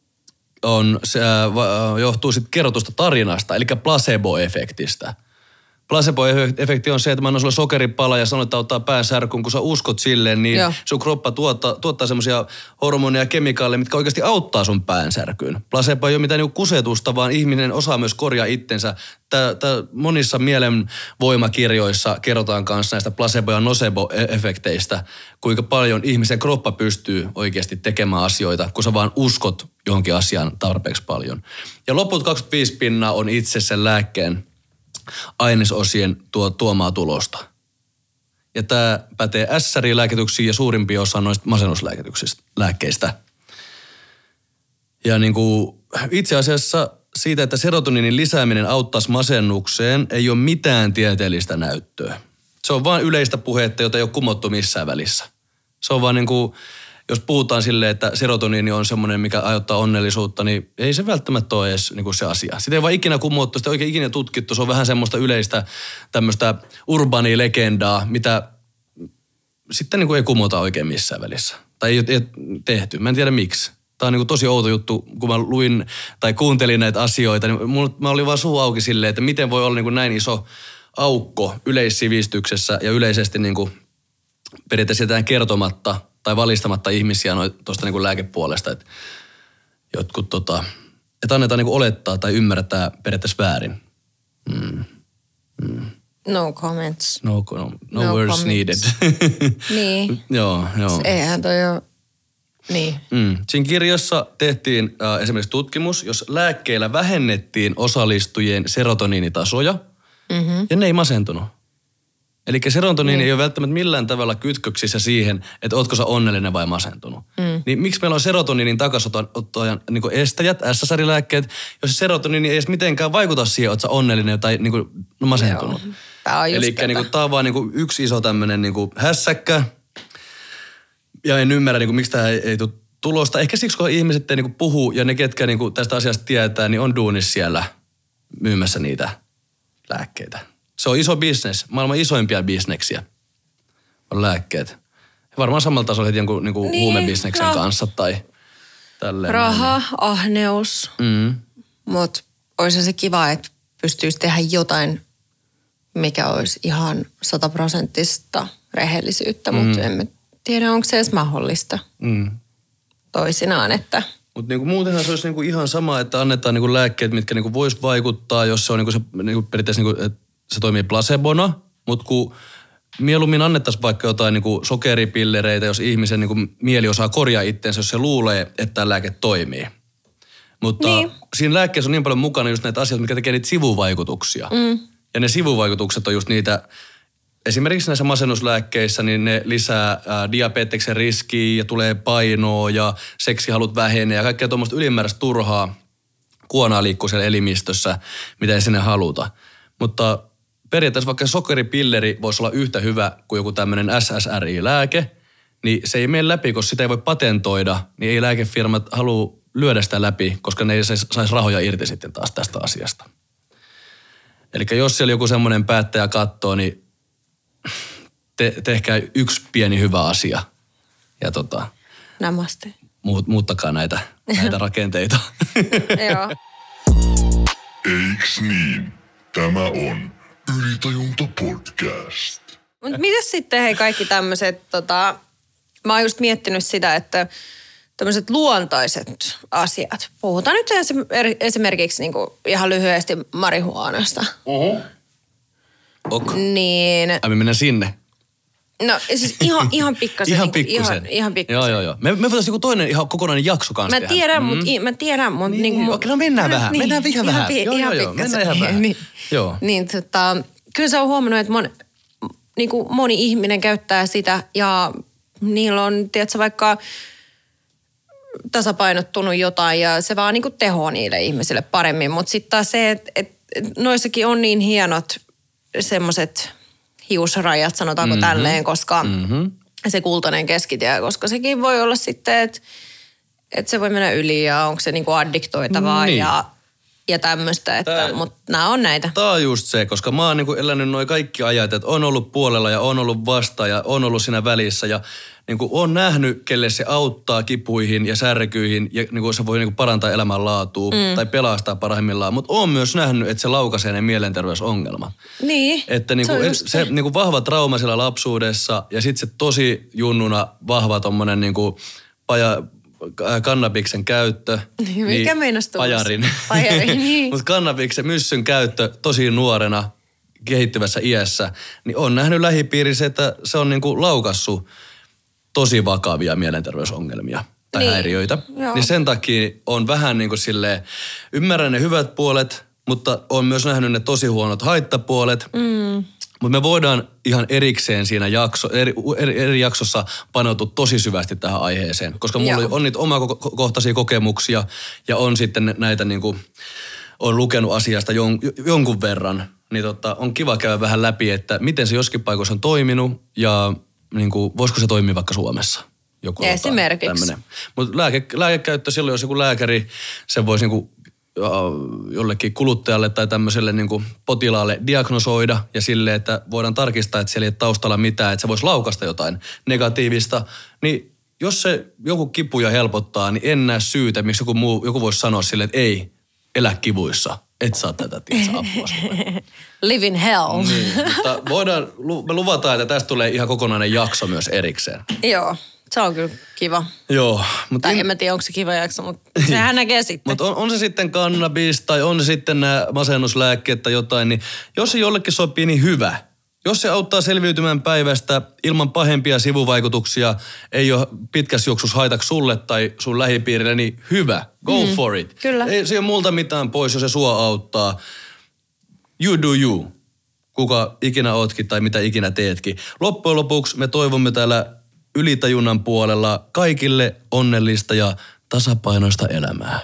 johtuu sitten kerrotusta tarinasta, eli placebo-efektistä. Placebo-efekti on se, että mä annan sulle sokeripala ja sanon, että ottaa päänsärkyn, kun sä uskot silleen, niin sun kroppa tuottaa semmoisia hormoneja ja kemikaaleja, mitkä oikeasti auttaa sun päänsärkyyn. Placebo ei ole mitään niinku kusetusta, vaan ihminen osaa myös korjaa itsensä. Monissa mielenvoimakirjoissa kerrotaan kanssa näistä placebo- ja nocebo-efekteistä, kuinka paljon ihmisen kroppa pystyy oikeasti tekemään asioita, kun sä vaan uskot johonkin asiaan tarpeeksi paljon. Ja loput 25% on itse sen lääkkeen ainesosien tuomaa tulosta. Ja tämä pätee SSRI-lääkityksiin ja suurimpia osa noista masennuslääkkeistä. Ja niin kuin itse asiassa siitä, että serotoniinin lisääminen auttaisi masennukseen, ei ole mitään tieteellistä näyttöä. Se on vain yleistä puhetta, jota ei ole kumottu missään välissä. Se on vaan niin kuin, jos puhutaan silleen, että serotoniini on semmoinen, mikä aiheuttaa onnellisuutta, niin ei se välttämättä ole edes niin kuin se asia. Sitä ei vaan ikinä kumottu, sitä ei oikein ikinä tutkittu. Se on vähän semmoista yleistä tämmöistä urbaania legendaa, mitä sitten niin kuin ei kumota oikein missään välissä. Tai ei ole tehty. Mä en tiedä miksi. Tämä on niin kuin tosi outo juttu, kun mä luin tai kuuntelin näitä asioita, niin mä olin vaan suu auki silleen, että miten voi olla niin kuin näin iso aukko yleissivistyksessä ja yleisesti niin kuin periaatteessa jätetään kertomatta tai valistamatta ihmisiä tuosta niin kuin lääkepuolesta, että jotkut että annetaan niin kuin olettaa tai ymmärtää periaatteessa väärin. No comments. No words comments needed. Niin. Joo. Eihän toi ole. Niin. Siinä kirjassa tehtiin esimerkiksi tutkimus, jos lääkkeillä vähennettiin osallistujien serotoniinitasoja ja ne ei masentunut. Eli serotoniini ei ole välttämättä millään tavalla kytköksissä siihen, että ootko sä onnellinen vai masentunut. Niin miksi meillä on serotoniinin takaisottajan niin estäjät, SSRI-lääkkeet, jos serotoniini ei edes mitenkään vaikuta siihen, oot sä onnellinen tai niin kuin, masentunut. Eli niin tämä on vaan niin yksi iso tämmöinen niin hässäkkä. Ja en ymmärrä, niin miksi tämä ei tule tulosta. Ehkä siksi, kun ihmiset ei niin puhu ja ne, ketkä niin tästä asiasta tietää, niin on duunissa siellä myymässä niitä lääkkeitä. Se on iso bisnes, maailman isoimpia bisneksiä on lääkkeet. Varmaan samalla tasolla heti jonkun niin huumebisneksen kanssa tai tälleen. Raha, ahneus. Mutta olisi se kiva, että pystyisi tehdä jotain, mikä olisi ihan 100% rehellisyyttä, mutta emme tiedä, onko se edes mahdollista toisinaan, että... Mutta niinku muutenhan se olisi niinku ihan sama, että annetaan niinku lääkkeet, mitkä niinku vois vaikuttaa, jos se on niinku se niinku periaatteessa niinku, että se toimii placebona, mutta kun mieluummin annettaisiin vaikka jotain niinku sokeripillereitä, jos ihmisen niinku mieli osaa korjaa itsensä, jos se luulee, että tämä lääke toimii. Mutta siinä lääkkeessä on niin paljon mukana just näitä asioita, mikä tekee niitä sivuvaikutuksia. Ja ne sivuvaikutukset on just niitä, esimerkiksi näissä masennuslääkkeissä, niin ne lisää diabeteksen riskiä ja tulee painoa ja seksihalut vähenee ja kaikkea tuommoista ylimääräistä turhaa kuonaa liikkuu siellä elimistössä, mitä ei sinne haluta. Mutta periaatteessa vaikka sokeripilleri voisi olla yhtä hyvä kuin joku tämmöinen SSRI-lääke, niin se ei mene läpi, koska sitä ei voi patentoida, niin ei lääkefirmat halua lyödä sitä läpi, koska ne ei saisi rahoja irti sitten taas tästä asiasta. Eli jos siellä joku semmoinen päättäjä katsoo, niin tehkää yksi pieni hyvä asia ja Namaste. Muuttakaa näitä rakenteita. Joo. Eiks niin? Tämä on Ylitajunta podcast. Mutta mitäs sitten hei kaikki tämmöiset, mä oon just miettinyt sitä, että tämmöiset luontaiset asiat. Puhutaan nyt esimerkiksi niinku ihan lyhyesti marihuanasta. Ok. Niin. Me mennään sinne. No siis ihan pikkasen. Ihan pikkusen. Ihan pikkasen. Joo. Me voitaisiin joku toinen ihan kokonainen jakso kanssa Mä tiedän, mutta niin, okei, no mennään vähän. Mennään ihan vähän. Joo. Mennään ihan vähän. Joo. Niin kyllä sä oon huomannut, että moni ihminen käyttää sitä ja niillä on, tiedätkö, vaikka tasapainottunut jotain ja se vaan niinku tehoo niille ihmisille paremmin. Mutta sitten taas se, että noissakin on niin hienot semmoiset hiusrajat, sanotaanko tälleen, koska se kultainen keskitie, koska sekin voi olla sitten, että se voi mennä yli ja onko se niinku addiktoitavaa ja tämmöistä, mutta nämä on näitä. Tämä on just se, koska mä oon niinku elänyt noi kaikki ajat, että on ollut puolella ja on ollut vasta ja on ollut siinä välissä ja niinku on nähnyt, kelle se auttaa kipuihin ja särkyihin ja niinku se voi niinku parantaa elämänlaatua tai pelastaa parhaimmillaan, mutta on myös nähnyt, että se laukaisee ne mielenterveysongelmat. Niin. Että niinku se niinku vahva trauma siellä lapsuudessa ja sitten se tosi junnuna vahva tommonen niinku kannabiksen käyttö. Mikä meinas tuossa? Pajarin. Niin. Mutta kannabiksen myssyn käyttö tosi nuorena kehittyvässä iässä, niin on nähnyt lähipiirissä, että se on niinku laukassut tosi vakavia mielenterveysongelmia tai häiriöitä. Joo. Niin sen takia on vähän niinku silleen, ymmärrän ne hyvät puolet, mutta on myös nähnyt ne tosi huonot haittapuolet. Mutta me voidaan ihan erikseen siinä eri jaksossa paneutua tosi syvästi tähän aiheeseen, koska mulla on niitä omakohtaisia kokemuksia ja on sitten näitä niinku, on lukenut asiasta jonkun verran, niin on kiva käydä vähän läpi, että miten se joskin paikoissa on toiminut ja niinku, voisiko se toimia vaikka Suomessa. Joku esimerkiksi. Mutta lääkekäyttö silloin, jos joku lääkäri, se voisi niinku jollekin kuluttajalle tai tämmöiselle niinku potilaalle diagnosoida ja silleen, että voidaan tarkistaa, että siellä ei ole taustalla mitään, että se voisi laukasta jotain negatiivista, niin jos se joku kipuja helpottaa, niin en näe syytä, miksi joku voisi sanoa silleen, että ei, elä kivuissa, et saa tätä apua sulle. Live in hell. Niin, mutta me luvataan, että tästä tulee ihan kokonainen jakso myös erikseen. Joo. Se on kyllä kiva. Joo. Tai en mä tiedä, onko se kiva jakso, mutta sehän näkee sitten. Mutta on se sitten kannabis tai on se sitten nämä masennuslääkkeet tai jotain, niin jos se jollekin sopii, niin hyvä. Jos se auttaa selviytymään päivästä ilman pahempia sivuvaikutuksia, ei ole pitkässä juoksussa haitaksi sulle tai sun lähipiirille, niin hyvä. Go for it. Kyllä. Ei se ole multa mitään pois, jos se sua auttaa. You do you. Kuka ikinä ootkin tai mitä ikinä teetkin. Loppujen lopuksi me toivomme täällä Ylitajunnan puolella kaikille onnellista ja tasapainoista elämää.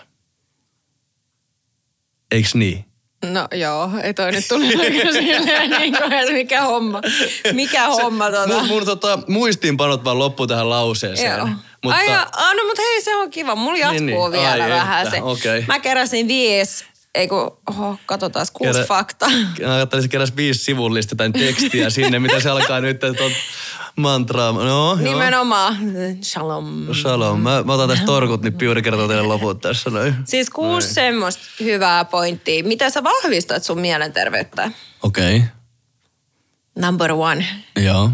Eiks niin? No joo, ei toi nyt tuli silleen niin kuin, että mikä homma. Mun muistiinpanot vaan loppu tähän lauseeseen. Joo. Mutta mutta hei, se on kiva. Mulla jatkuu vielä vähän se. Okay. Mä keräsin 5, katsotaan 6 faktaa. Mä katsotaan, keräs 5 sivullista tai tekstiä sinne, mitä se alkaa nyt, mantraa. No, nimenomaan. Shalom. Shalom. Mä otan tästä torkut, niin Piuri kertoo teille loput tässä. Noin. Siis 6 semmoista hyvää pointtia. Mitä sä vahvistat sun mielenterveyttä? Okei. Number 1. Joo.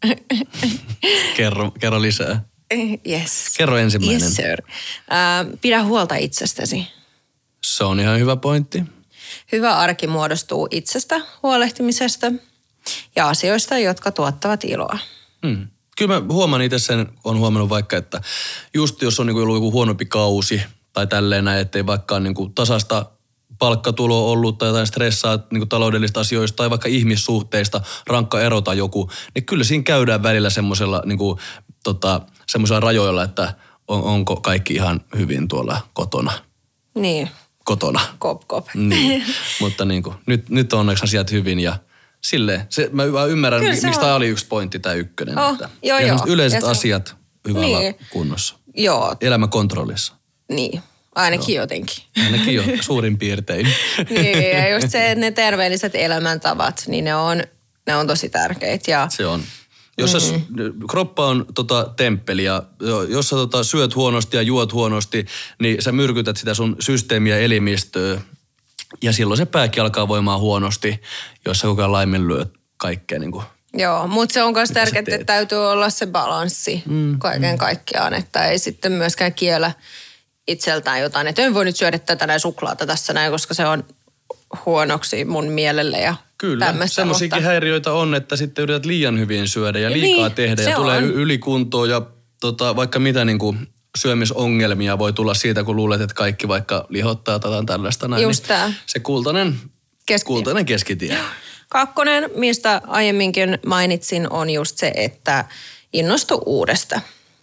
Kerro lisää. Yes. Kerro ensimmäinen. Yes, sir. Pidä huolta itsestäsi. Se on ihan hyvä pointti. Hyvä arki muodostuu itsestä huolehtimisesta ja asioista, jotka tuottavat iloa. Kyllä mä huomaan itse sen, on huomannut vaikka, että just jos on niin ollut joku huonompi kausi tai tälleen näin, ettei vaikka niin kuin tasasta palkkatuloa ollut tai jotain stressaa niin kuin taloudellisista asioista tai vaikka ihmissuhteista, rankka ero tai joku, niin kyllä siinä käydään välillä semmoisella niin kuin, semmoisella rajoilla, että onko kaikki ihan hyvin tuolla kotona. Niin. Kotona. Kop. Niin. Mutta niin kuin, nyt on onneksi asiat hyvin ja silleen, mä vaan ymmärrän, miksi tämä oli yksi pointti tai ykkönen. Että Joo. yleiset asiat hyvällä kunnossa. Joo. Elämä kontrollissa. Niin, ainakin jotenkin. Ainakin jo suurin piirtein. Niin, ja just se, että ne terveelliset elämäntavat, niin ne on tosi tärkeitä. Ja se on. Jos kroppa on temppeli ja jos sä syöt huonosti ja juot huonosti, niin sä myrkytät sitä sun systeemiä elimistöä. Ja silloin se pääkin alkaa voimaan huonosti, jos sä koko ajan laiminlyöt kaikkea niin kuin. Joo, mutta se on myös tärkeää, että täytyy olla se balanssi kaiken kaikkiaan, että ei sitten myöskään kiellä itseltään jotain, että en voi nyt syödä tätä näin suklaata tässä näin, koska se on huonoksi mun mielelle ja kyllä, semmoisiakin häiriöitä on, että sitten yrität liian hyvin syödä ja liikaa tehdä ja tulee ylikuntoa ja vaikka mitä niin kuin syömisongelmia voi tulla siitä, kun luulet, että kaikki vaikka lihottaa tai tällaista näin. Just niin se kultainen keskitie. 2, mistä aiemminkin mainitsin, on just se, että innostu uudesta.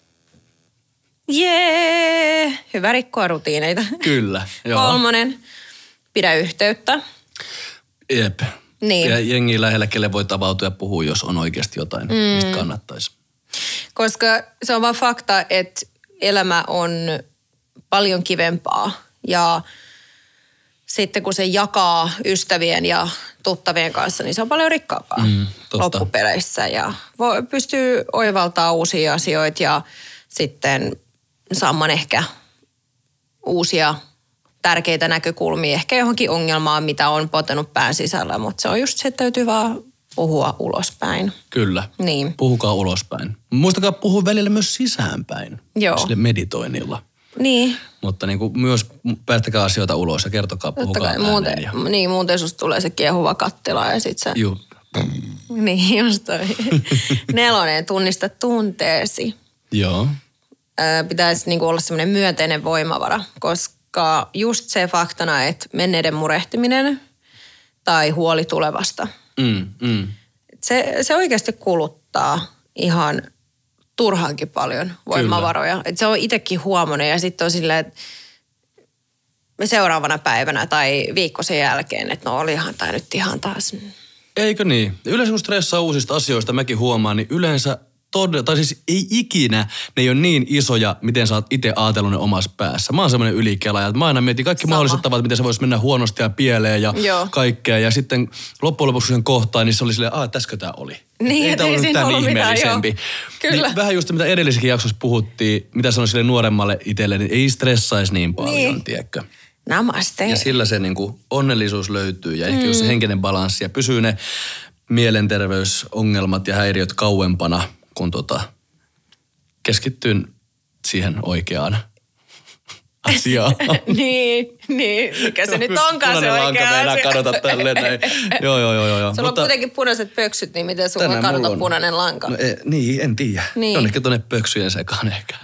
Jee! Hyvä rikkoa rutiineita. Kyllä, joo. 3, pidä yhteyttä. Jep. Niin. Ja jengi lähellä, kelle voi tavautua ja puhua, jos on oikeasti jotain, mistä kannattaisi. Koska se on vaan fakta, että elämä on paljon kivempaa ja sitten kun se jakaa ystävien ja tuttavien kanssa, niin se on paljon rikkaampaa loppupeleissä ja pystyy oivaltaa uusia asioita ja sitten saamaan ehkä uusia tärkeitä näkökulmia ehkä johonkin ongelmaan, mitä on potenut pään sisällä, mutta se on just se, että täytyy vaan puhua ulospäin. Kyllä, niin. Puhukaa ulospäin. Muistakaa puhua välillä myös sisäänpäin. Joo. Sille meditoinnilla. Niin. Mutta niin kuin myös päästäkää asioita ulos ja kertokaa, puhukaa ääneen. Niin, muuten susta tulee se kiehuva kattila ja sit se... Juu. Niin, just toi. 4, tunnista tunteesi. Joo. Pitäisi niin kuin olla semmoinen myönteinen voimavara, koska just se faktana, että menneiden murehtiminen tai huoli tulevasta, se oikeasti kuluttaa ihan turhaankin paljon voimavaroja. Et se on itsekin huomannut ja sitten on silleen, että seuraavana päivänä tai viikko sen jälkeen, että no olihan tämä nyt ihan taas. Eikö niin? Yleensä kun stressaa uusista asioista, mäkin huomaan, niin yleensä tai siis ei ikinä ne ei ole niin isoja, miten sä oot itse ajatellut ne omassa päässä. Mä oon semmoinen ylikelaaja, että mä aina mietin kaikki mahdolliset tavat, miten se voisi mennä huonosti ja pieleen ja kaikkea. Ja sitten loppujen lopuksi sen kohtaan, niin se oli silleen, täskö tää oli? Niin, ei tää ollut nyt tämän ihmeellisempi. Kyllä. Niin vähän just mitä edellisessäkin jaksossa puhuttiin, mitä sanoin sille nuoremmalle itselle, niin ei stressaisi niin paljon, tiedätkö? Namaste. Ja sillä se niin kuin onnellisuus löytyy ja ehkä just se henkinen balanssi ja pysyy ne mielenterveysongelmat ja häiriöt kauempana, kun keskittyy siihen oikeaan asiaan. niin, mikä se nyt onkaan se oikea asia. Punainen lanka kadota tälleen näin. Joo. Sulla on kuitenkin punaiset pöksyt, niin miten sulla kadota punainen lanka? No, en tiedä. Niin. Jonnekin tuonne pöksyjen sekaan ehkä.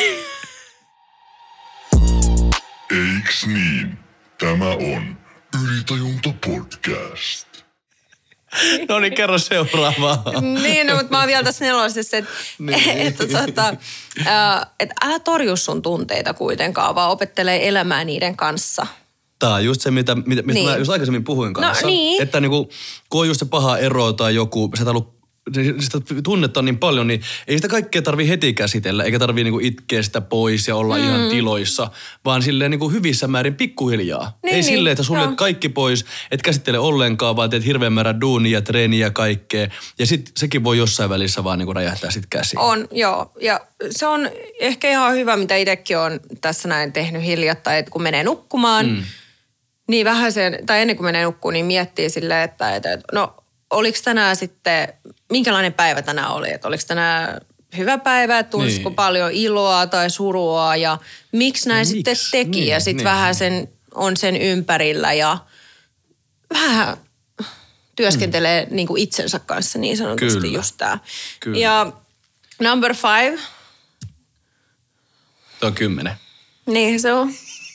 Eiks niin? Tämä on Ylitajunta podcast. No niin, kerro seuraavaa. Niin, no, mutta mä oon vielä tässä 4, että älä torju sun tunteita kuitenkaan, vaan opettelee elämään niiden kanssa. Tää on just se, mistä mä just aikaisemmin puhuin kanssa. No, niin. Että niinku, kun on just se paha ero tai joku, sä et ollut sitä tunnetta on niin paljon, niin ei sitä kaikkea tarvii heti käsitellä, eikä tarvii niinku itkeä sitä pois ja olla ihan tiloissa, vaan silleen niinku hyvissä määrin pikkuhiljaa. Ei silleen, että suljet kaikki pois, et käsittele ollenkaan, vaan teet hirveän määrän duunia, treeniä ja kaikkea. Ja sit sekin voi jossain välissä vaan niinku räjähtää sit käsiin. On, joo. Ja se on ehkä ihan hyvä, mitä itsekin on tässä näin tehnyt hiljattain, että kun menee nukkumaan, niin vähän sen, tai ennen kuin menee nukkumaan, niin miettii silleen, että no oliko tänään sitten, minkälainen päivä tänään oli? Että oliko tänään hyvä päivä, että tulisiko paljon iloa tai surua ja miksi näin sitten teki? Ja sitten vähän on sen ympärillä ja vähän työskentelee niin kuin itsensä kanssa niin sanotusti just tämä. Ja number 5. Tuo on 10. Niin se on.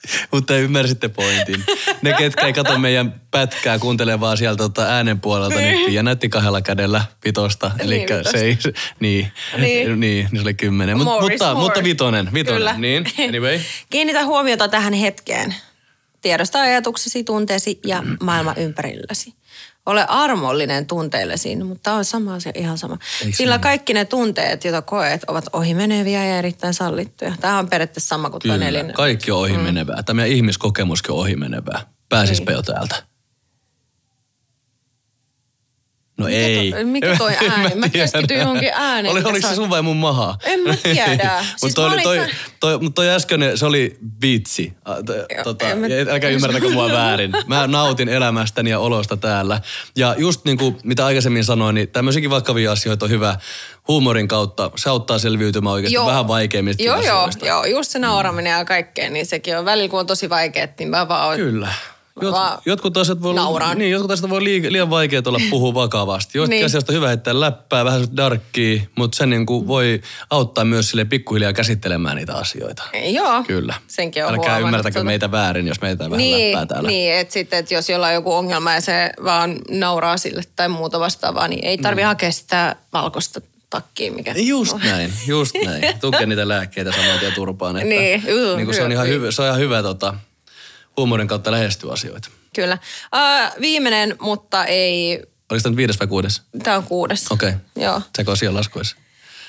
Mutta ymmärsitte pointin. Ne, ketkä ei katso meidän pätkää, kuuntelee vaan sieltä äänen puolelta, niin Pia näytti 2 kädellä 5. Eli se ei, niin se oli 10. Mutta 5. Kyllä. Niin, anyway. Kiinnitä huomiota tähän hetkeen. Tiedosta ajatuksesi, tunteesi ja maailma ympärilläsi. Ole armollinen tunteillesi, mutta tämä on sama asia, ihan sama. Sillä kaikki ne tunteet, joita koet, ovat ohimeneviä ja erittäin sallittuja. Tämä on periaatteessa sama kuin tuo 4. Kaikki on ohimenevää. Tämä meidän ihmiskokemuskin on ohimenevää. Pääsispä jo täältä. No ei. Mikä toi ääni? Mä keskityin johonkin ääneen. Oliko se sun vai mun maha? En mä tiedä. Mutta toi äskeinen, se oli vitsi. Älkää ymmärtäkö mua väärin. Mä nautin elämästäni ja olosta täällä. Ja just niin kuin mitä aikaisemmin sanoin, niin tämmöisiäkin vakavia asioita on hyvä huumorin kautta. Se auttaa selviytymään oikeasti vähän vaikeimmista asioista. Joo, just se nauraminen ja kaikkea, niin sekin on välillä, kun on tosi vaikeet, niin mä vaan... Kyllä. Jotkut asiat voi olla liian vaikeat olla puhua vakavasti. Jostakin asiasta on hyvä heittää läppää, vähän darkkia, mutta se niin kuin voi auttaa myös sille pikkuhiljaa käsittelemään niitä asioita. Joo, kyllä. Senkin on Älkää ymmärtäkö meitä väärin, jos meitä vähän läppää täällä. Niin, että sitten, että jos jollain on joku ongelma ja se vaan nauraa sille tai muuta vastaavaa, niin ei tarvitse hakea sitä valkoista takkiin, mikä... Just näin. Tukee niitä lääkkeitä saman tien turpaan. Että, niin se on ihan hyvä huumorin kautta lähestyy asioita. Kyllä. Viimeinen, mutta ei... Oliko tämä 5 vai 6? Tämä on 6. Okei. Joo. Seko siellä laskuissa?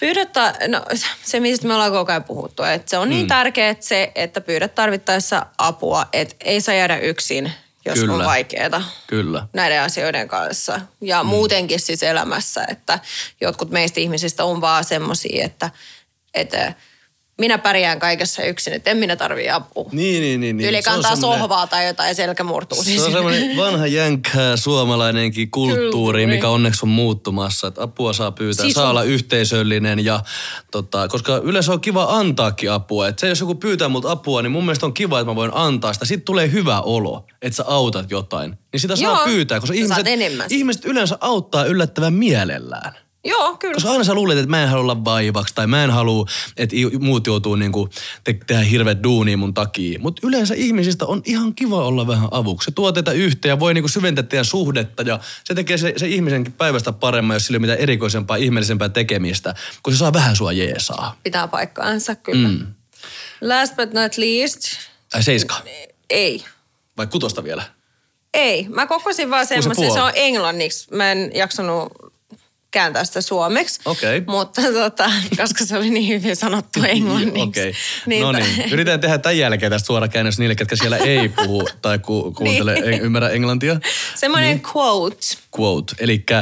Se mistä me ollaan koko ajan puhuttu, että se on niin tärkeää se, että pyydät tarvittaessa apua, että ei saa jäädä yksin, jos on vaikeaa. Kyllä. Näiden asioiden kanssa. Ja muutenkin siis elämässä, että jotkut meistä ihmisistä on vaan semmosia, että minä pärjään kaikessa yksin, että en minä tarvitse apua. Niin. Yli kantaa sohvaa tai jotain ja selkä murtuu. Se on semmoinen vanha jänkkää suomalainenkin kulttuuri, mikä onneksi on muuttumassa. Että apua saa pyytää, saa olla yhteisöllinen ja koska yleensä on kiva antaakin apua. Että se jos joku pyytää multa apua, niin mun mielestä on kiva, että mä voin antaa sitä. Sitten tulee hyvä olo, että sä autat jotain. Niin sitä saa pyytää, koska ihmiset yleensä auttaa yllättävän mielellään. Joo, kyllä. Koska aina sä luulet, että mä en halua olla vaivaksi tai mä en halua, että muut joutuu niinku tehdä hirveät duunia mun takia. Mutta yleensä ihmisistä on ihan kiva olla vähän avuksi. Se tuo teitä yhteen ja voi niinku syventää teidän suhdetta ja se tekee se ihmisenkin päivästä paremmin, jos sillä ei ole mitään erikoisempaa, ihmeellisempää tekemistä, kun se saa vähän sua jeesaa. Pitää paikkaansa, kyllä. Last but not least. 7. Ei. Vai 6 vielä? Ei. Mä kokosin vaan semmoisen, se on englanniksi. Mä en jaksanut kääntää sitä suomeksi. Okei. Mutta koska se oli niin hyvin sanottu englanniksi. Okei. No niin. Yritän tehdä tämän jälkeen tästä suora käännös niille, ketkä siellä ei puhu tai kuuntele, ymmärrä englantia. Semmoinen quote. Quote. Elikkä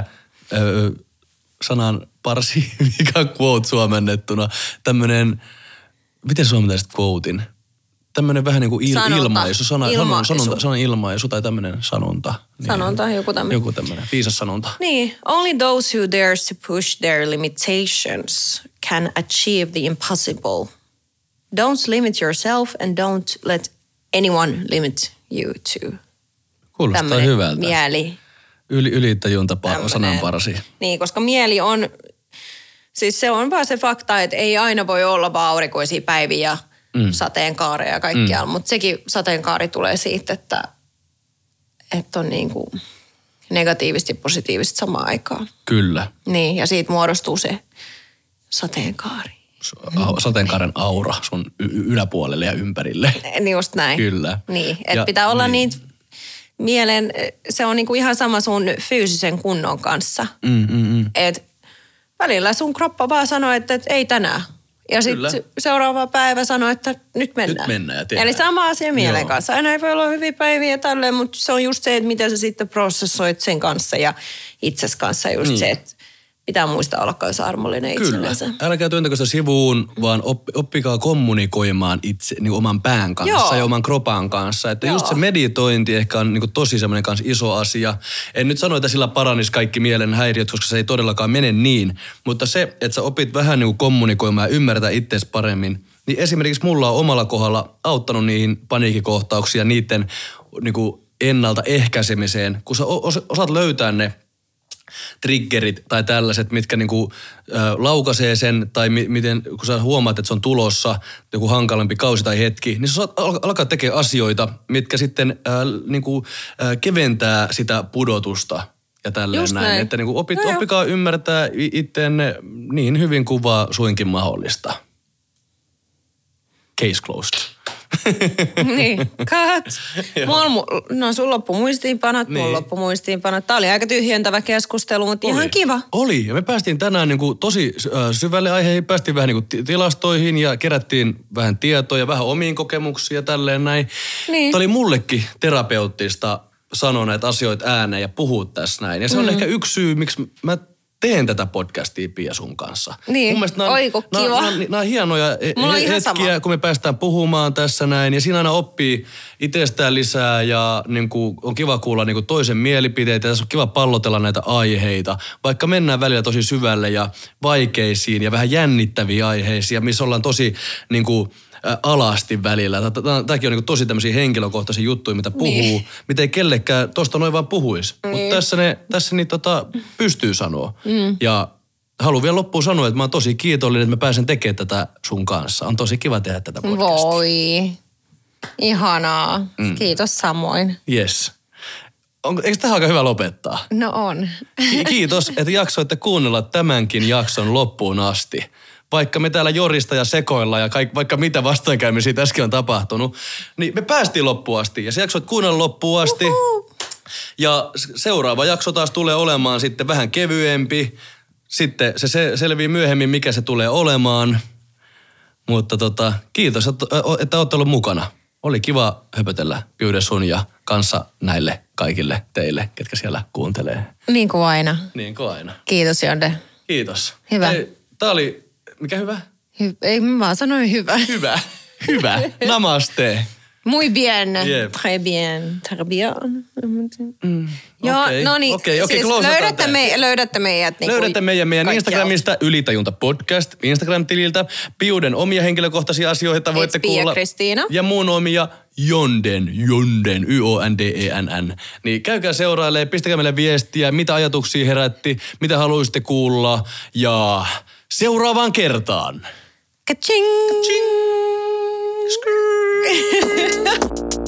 sanan parsi, mikä on quote suomennettuna. Tämmöinen, miten suomentaisit quotein? Tämmöinen vähän niin kuin ilmaisu. Sanan ilmaisu tai tämmöinen sanonta. Niin, sanonta, joku tämmöinen. Joku tämmöinen, viisas sanonta. Niin. Only those who dares to push their limitations can achieve the impossible. Don't limit yourself and don't let anyone limit you too. Kuulostaa tämmönen hyvältä. Mieli. Ylittäjunta sananparsi. Niin, koska mieli on, siis se on vaan se fakta, että ei aina voi olla vaan aurinkoisia päiviä ja sateenkaareja ja kaikkialla, mutta sekin sateenkaari tulee siitä, että on niin kuin negatiivisesti ja positiivisesti samaan aikaan. Kyllä. Niin, ja siitä muodostuu se sateenkaari. Sateenkaaren aura sun yläpuolelle ja ympärille. Just näin. Kyllä. Niin, että pitää olla niitä mielen, se on niin kuin ihan sama sun fyysisen kunnon kanssa. Että välillä sun kroppa vaan sanoo, että ei tänään. Ja sitten seuraava päivä sanoo, että nyt mennään. Nyt mennään ja tehdään. Eli sama asia mielen kanssa. Aina ei voi olla hyviä päiviä ja tälleen, mutta se on just se, että miten sä sitten prosessoit sen kanssa ja itses kanssa just se, että pitää muistaa olla kanssa armollinen itsellensä. Kyllä. Älkää työntäkö sitä sivuun, vaan oppikaa kommunikoimaan itse niin oman pään kanssa ja oman kropan kanssa. Että just se meditointi ehkä on niin tosi semmoinen kanssa iso asia. En nyt sano, että sillä paranisi kaikki mielen häiriöt, koska se ei todellakaan mene niin. Mutta se, että sä opit vähän niin kommunikoimaan ja ymmärtää itseäsi paremmin, niin esimerkiksi mulla on omalla kohdalla auttanut niihin paniikkikohtauksia, niiden niin ennaltaehkäisemiseen, kun sä osaat löytää ne triggerit tai tällaiset, mitkä niinku laukaisee sen, tai miten, kun sä huomaat, että se on tulossa joku hankalampi kausi tai hetki, niin sä alkaa tekemään asioita, mitkä sitten keventää sitä pudotusta ja tälleen näin. Että niinku oppikaa ymmärtää itteenne niin hyvin kuin vaan suinkin mahdollista. Case closed. Niin, cut. Sun loppumuistiinpanot, mun loppumuistiinpanot. Tää oli aika tyhjentävä keskustelu, mutta ihan kiva. Oli, ja me päästiin tänään niinku tosi syvälle aiheihin, päästiin vähän niinku tilastoihin ja kerättiin vähän tietoa ja vähän omiin kokemuksia ja tälleen näin. Niin. Tämä oli mullekin terapeuttista sanoa näitä asioita ääneen ja puhua tässä näin. Ja se on ehkä yksi syy, miksi mä teen tätä podcastia Pia sun kanssa. Niin, mun mielestä kiva. Nämä on hienoja hetkiä, kun me päästään puhumaan tässä näin. Ja siinä aina oppii itsestään lisää ja niin kuin, on kiva kuulla niin kuin toisen mielipiteitä. Ja tässä on kiva pallotella näitä aiheita. Vaikka mennään välillä tosi syvälle ja vaikeisiin ja vähän jännittäviin aiheisiin, missä ollaan tosi niin kuin, alasti välillä. Tämäkin on niin tosi tämmöisiä henkilökohtaisia juttuja, mitä puhuu. Mitä ei kellekään tosta noin vaan puhuisi. Mutta tässä pystyy sanoa. Ja haluan vielä loppuun sanoa, että mä oon tosi kiitollinen, että mä pääsen tekemään tätä sun kanssa. On tosi kiva tehdä tätä podcastia. Voi. Ihanaa. Kiitos samoin. Yes. Eikö tähän aika hyvä lopettaa? No on. Kiitos, että jaksoitte kuunnella tämänkin jakson loppuun asti. Vaikka me täällä jorista ja sekoilla ja vaikka mitä vastoinkäymisiä tässäkin on tapahtunut, niin me päästiin loppuun asti ja se jaksoit kuunnella loppuun asti. Ja seuraava jakso taas tulee olemaan sitten vähän kevyempi. Sitten se selvii myöhemmin, mikä se tulee olemaan. Mutta kiitos, että olette ollut mukana. Oli kiva höpötellä Piude sun ja kanssa näille kaikille teille, ketkä siellä kuuntelee. Niin kuin aina. Niin kuin aina. Kiitos Jonde. Kiitos. Hyvä. Tää oli, mikä hyvä? Ei, mä sanoin hyvä. Hyvä. Namaste. Muy bien. Yep. Très bien. Très bien. Joo, Okei. no niin. Okei, siis löydätte meidät. Niin löydätte meidän Instagramista Ylitajunta podcast, Instagram-tililtä. Piuden omia henkilökohtaisia asioita voitte kuulla. Kristiina. Ja mun omia Jonden, YONDENN. Niin käykää seurailemaan, pistäkää meille viestiä, mitä ajatuksia herätti, mitä haluaisitte kuulla. Ja seuraavaan kertaan. Ka-ching! Ka-ching!